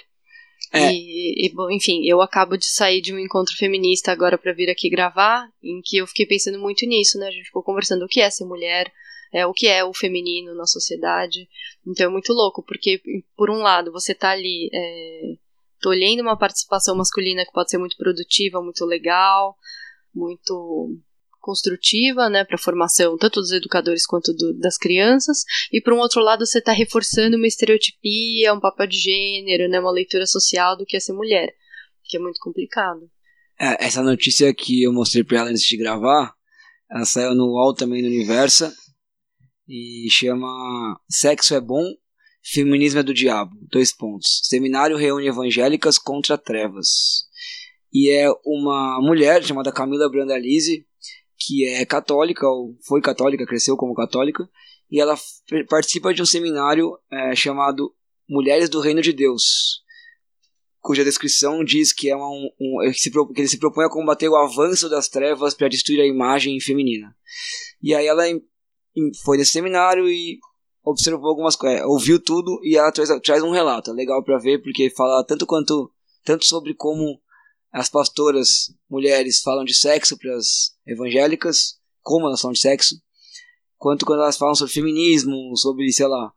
Bom, enfim, eu acabo de sair de um encontro feminista agora para vir aqui gravar, em que eu fiquei pensando muito nisso, né? A gente ficou conversando o que é ser mulher, o que é o feminino na sociedade. Então é muito louco, porque por um lado você tá ali tolhendo uma participação masculina que pode ser muito produtiva, muito legal, muito construtiva, né, para a formação tanto dos educadores quanto das crianças, e por um outro lado você está reforçando uma estereotipia, um papel de gênero, né, uma leitura social do que é ser mulher, que é muito complicado. Essa notícia que eu mostrei para ela antes de gravar, ela saiu no UOL também no Universa, e chama Sexo é Bom, Feminismo é do Diabo, : Seminário reúne evangélicas contra trevas. E é uma mulher chamada Camila Brandalize, que é católica, ou foi católica, cresceu como católica, e ela participa de um seminário chamado Mulheres do Reino de Deus, cuja descrição diz que que ele se propõe a combater o avanço das trevas para destruir a imagem feminina. E aí ela foi nesse seminário e observou algumas coisas, ouviu tudo, e ela traz um relato. É legal para ver, porque fala tanto sobre como as pastoras mulheres falam de sexo para as evangélicas, como elas falam de sexo, quanto quando elas falam sobre feminismo, sobre, sei lá,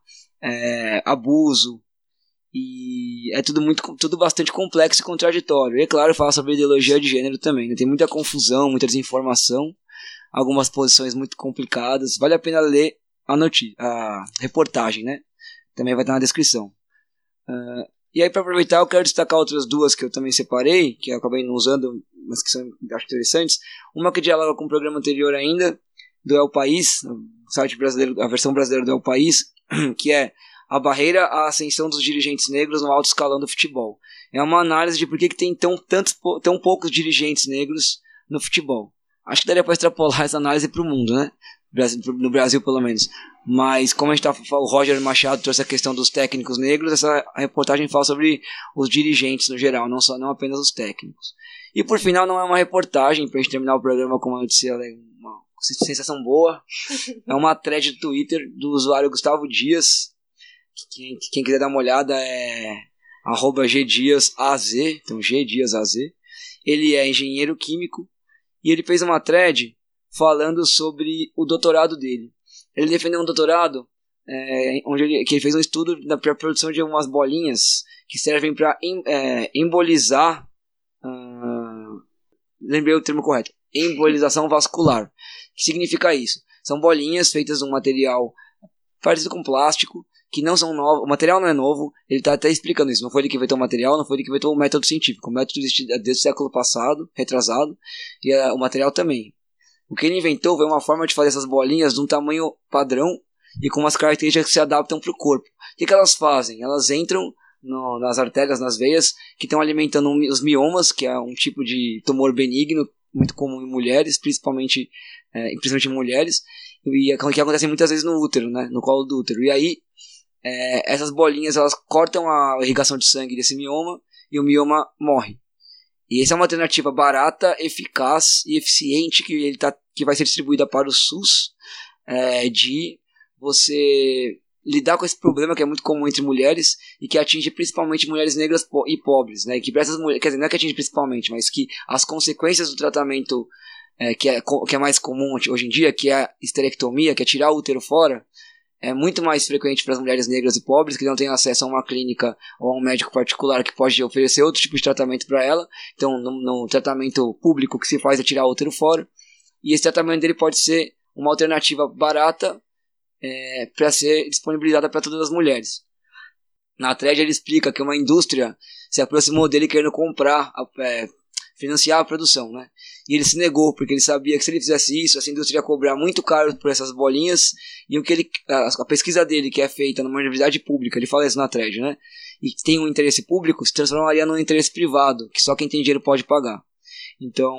abuso, e é tudo bastante complexo e contraditório. E é claro, fala sobre ideologia de gênero também, né? Tem muita confusão, muita desinformação, algumas posições muito complicadas. Vale a pena ler a reportagem, né? Também vai estar na descrição. E aí, para aproveitar, eu quero destacar outras duas que eu também separei, que eu acabei não usando, mas que acho interessantes. Uma que dialoga com o programa anterior ainda, do El País, o site brasileiro, a versão brasileira do El País, que é a barreira à ascensão dos dirigentes negros no alto escalão do futebol. É uma análise de por que tem tão poucos dirigentes negros no futebol. Acho que daria para extrapolar essa análise para o mundo, né? No Brasil, pelo menos. Mas como o Roger Machado trouxe a questão dos técnicos negros, essa reportagem fala sobre os dirigentes no geral, não apenas os técnicos. E por final, não é uma reportagem, para a gente terminar o programa com uma notícia, uma sensação boa. É uma thread do Twitter do usuário Gustavo Dias. Quem quiser dar uma olhada é @gdiasaz, então gdiasaz. Ele é engenheiro químico e ele fez uma thread falando sobre o doutorado dele. Ele defendeu um doutorado que ele fez um estudo para a produção de algumas bolinhas que servem para embolizar. Lembrei o termo correto: embolização vascular. O que significa isso? São bolinhas feitas de um material parecido com plástico, que não são novos. O material não é novo, ele está até explicando isso. Não foi ele que inventou o material, não foi ele que inventou o método científico. O método existe desde o século passado, retrasado, e o material também. O que ele inventou foi uma forma de fazer essas bolinhas de um tamanho padrão e com umas características que se adaptam para o corpo. O que elas fazem? Elas entram nas artérias, nas veias, que estão alimentando os miomas, que é um tipo de tumor benigno muito comum em mulheres, principalmente em mulheres, e que acontece muitas vezes no útero, né, no colo do útero. E aí, essas bolinhas, elas cortam a irrigação de sangue desse mioma, e o mioma morre. E essa é uma alternativa barata, eficaz e eficiente que vai ser distribuída para o SUS, de você lidar com esse problema que é muito comum entre mulheres e que atinge principalmente mulheres negras e pobres, né? E que para essas mulheres, quer dizer, não é que atinge principalmente, mas que as consequências do tratamento que é mais comum hoje em dia, que é a esterectomia, que é tirar o útero fora, é muito mais frequente para as mulheres negras e pobres que não têm acesso a uma clínica ou a um médico particular que pode oferecer outro tipo de tratamento para ela. Então, no tratamento público que se faz é tirar o útero fora. E esse tratamento dele pode ser uma alternativa barata para ser disponibilizada para todas as mulheres. Na thread ele explica que uma indústria se aproximou dele querendo financiar a produção, né? E ele se negou, porque ele sabia que se ele fizesse isso, essa indústria ia cobrar muito caro por essas bolinhas, e a pesquisa dele, que é feita numa universidade pública, ele fala isso na thread, né? E tem um interesse público, se transformaria num interesse privado, que só quem tem dinheiro pode pagar. Então,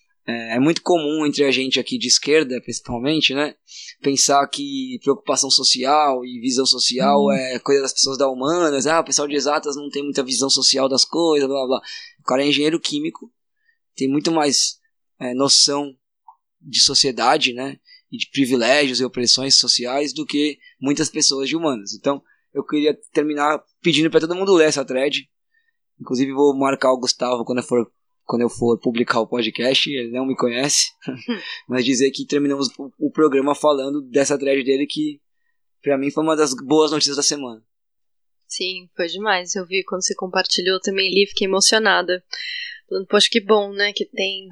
é muito comum entre a gente aqui de esquerda, principalmente, né, pensar que preocupação social e visão social é coisa das pessoas da humanas. O pessoal de exatas não tem muita visão social das coisas, blá blá. O cara é engenheiro químico, tem muito mais noção de sociedade, né, e de privilégios e opressões sociais do que muitas pessoas de humanas. Então, eu queria terminar pedindo para todo mundo ler essa thread. Inclusive, vou marcar o Gustavo quando eu for publicar o podcast. Ele não me conhece, mas dizer que terminamos o programa falando dessa thread dele, que pra mim foi uma das boas notícias da semana. Sim, foi demais. Eu vi quando você compartilhou, também li, fiquei emocionada. Falando, poxa, que bom, né, que tem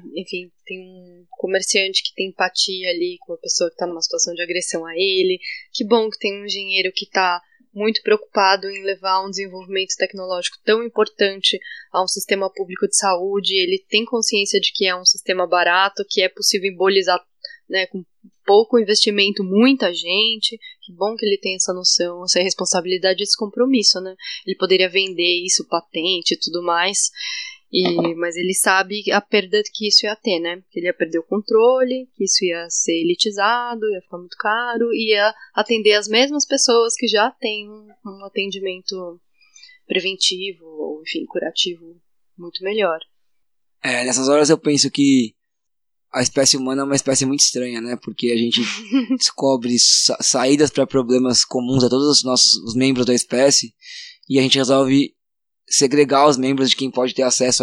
um comerciante que tem empatia ali com a pessoa que tá numa situação de agressão a ele. Que bom que tem um engenheiro que tá muito preocupado em levar um desenvolvimento tecnológico tão importante a um sistema público de saúde. Ele tem consciência de que é um sistema barato, que é possível embolizar, né, com pouco investimento muita gente. Que bom que ele tem essa noção, essa responsabilidade, esse compromisso, né? Ele poderia vender isso, patente e tudo mais, mas ele sabe a perda que isso ia ter, né? Que ele ia perder o controle, que isso ia ser elitizado, ia ficar muito caro, ia atender as mesmas pessoas que já têm um atendimento preventivo, ou enfim, curativo muito melhor. Nessas horas eu penso que a espécie humana é uma espécie muito estranha, né? Porque a gente descobre saídas para problemas comuns a todos os membros da espécie, e a gente resolve segregar os membros de quem pode ter acesso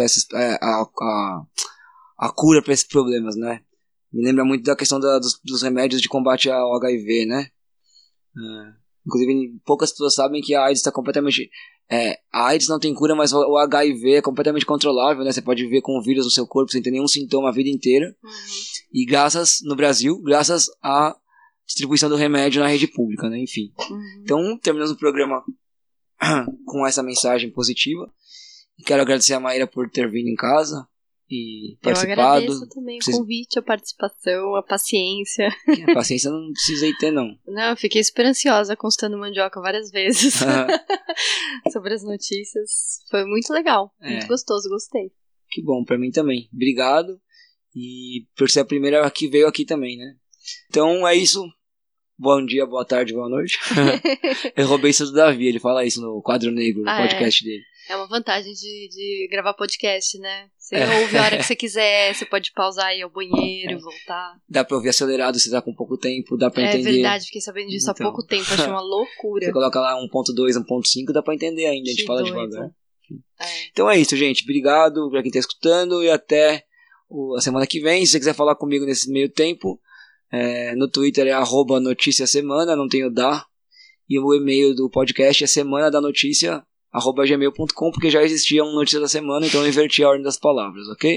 a cura para esses problemas, né? Me lembra muito da questão dos remédios de combate ao HIV, né? Inclusive, poucas pessoas sabem que a AIDS está completamente... a AIDS não tem cura, mas o HIV é completamente controlável, né? Você pode viver com o vírus no seu corpo sem ter nenhum sintoma a vida inteira. E no Brasil, graças à distribuição do remédio na rede pública, né? Enfim. Então, terminamos o programa com essa mensagem positiva. E quero agradecer a Maíra por ter vindo em casa e participado. Eu agradeço também o convite, a participação, a paciência. A paciência não precisei ter, não. Não, eu fiquei super ansiosa consultando Mandioca várias vezes sobre as notícias. Foi muito legal, muito gostoso, gostei. Que bom, pra mim também. Obrigado. E por ser a primeira que veio aqui também, né? Então é isso. Bom dia, boa tarde, boa noite. Eu roubei isso do Davi, ele fala isso no Quadro Negro, no podcast dele. É uma vantagem de gravar podcast, né? Você ouve a hora que você quiser, você pode pausar e ir ao banheiro e voltar. Dá pra ouvir acelerado se tá com pouco tempo, dá pra entender. É verdade, fiquei sabendo disso há pouco tempo, achei uma loucura. Você coloca lá 1.2, 1.5, dá pra entender ainda, a gente fala devagar. Então é isso, gente. Obrigado pra quem tá escutando e até a semana que vem. Se você quiser falar comigo nesse meio tempo, no Twitter é @noticiasemana, não tem o da. E o e-mail do podcast é semanadanoticia@gmail.com, porque já existia um Notícia da Semana, então eu inverti a ordem das palavras, ok?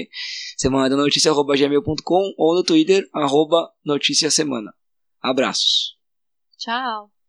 semanadanoticia@gmail.com ou no Twitter @noticiasemana. Abraços. Tchau.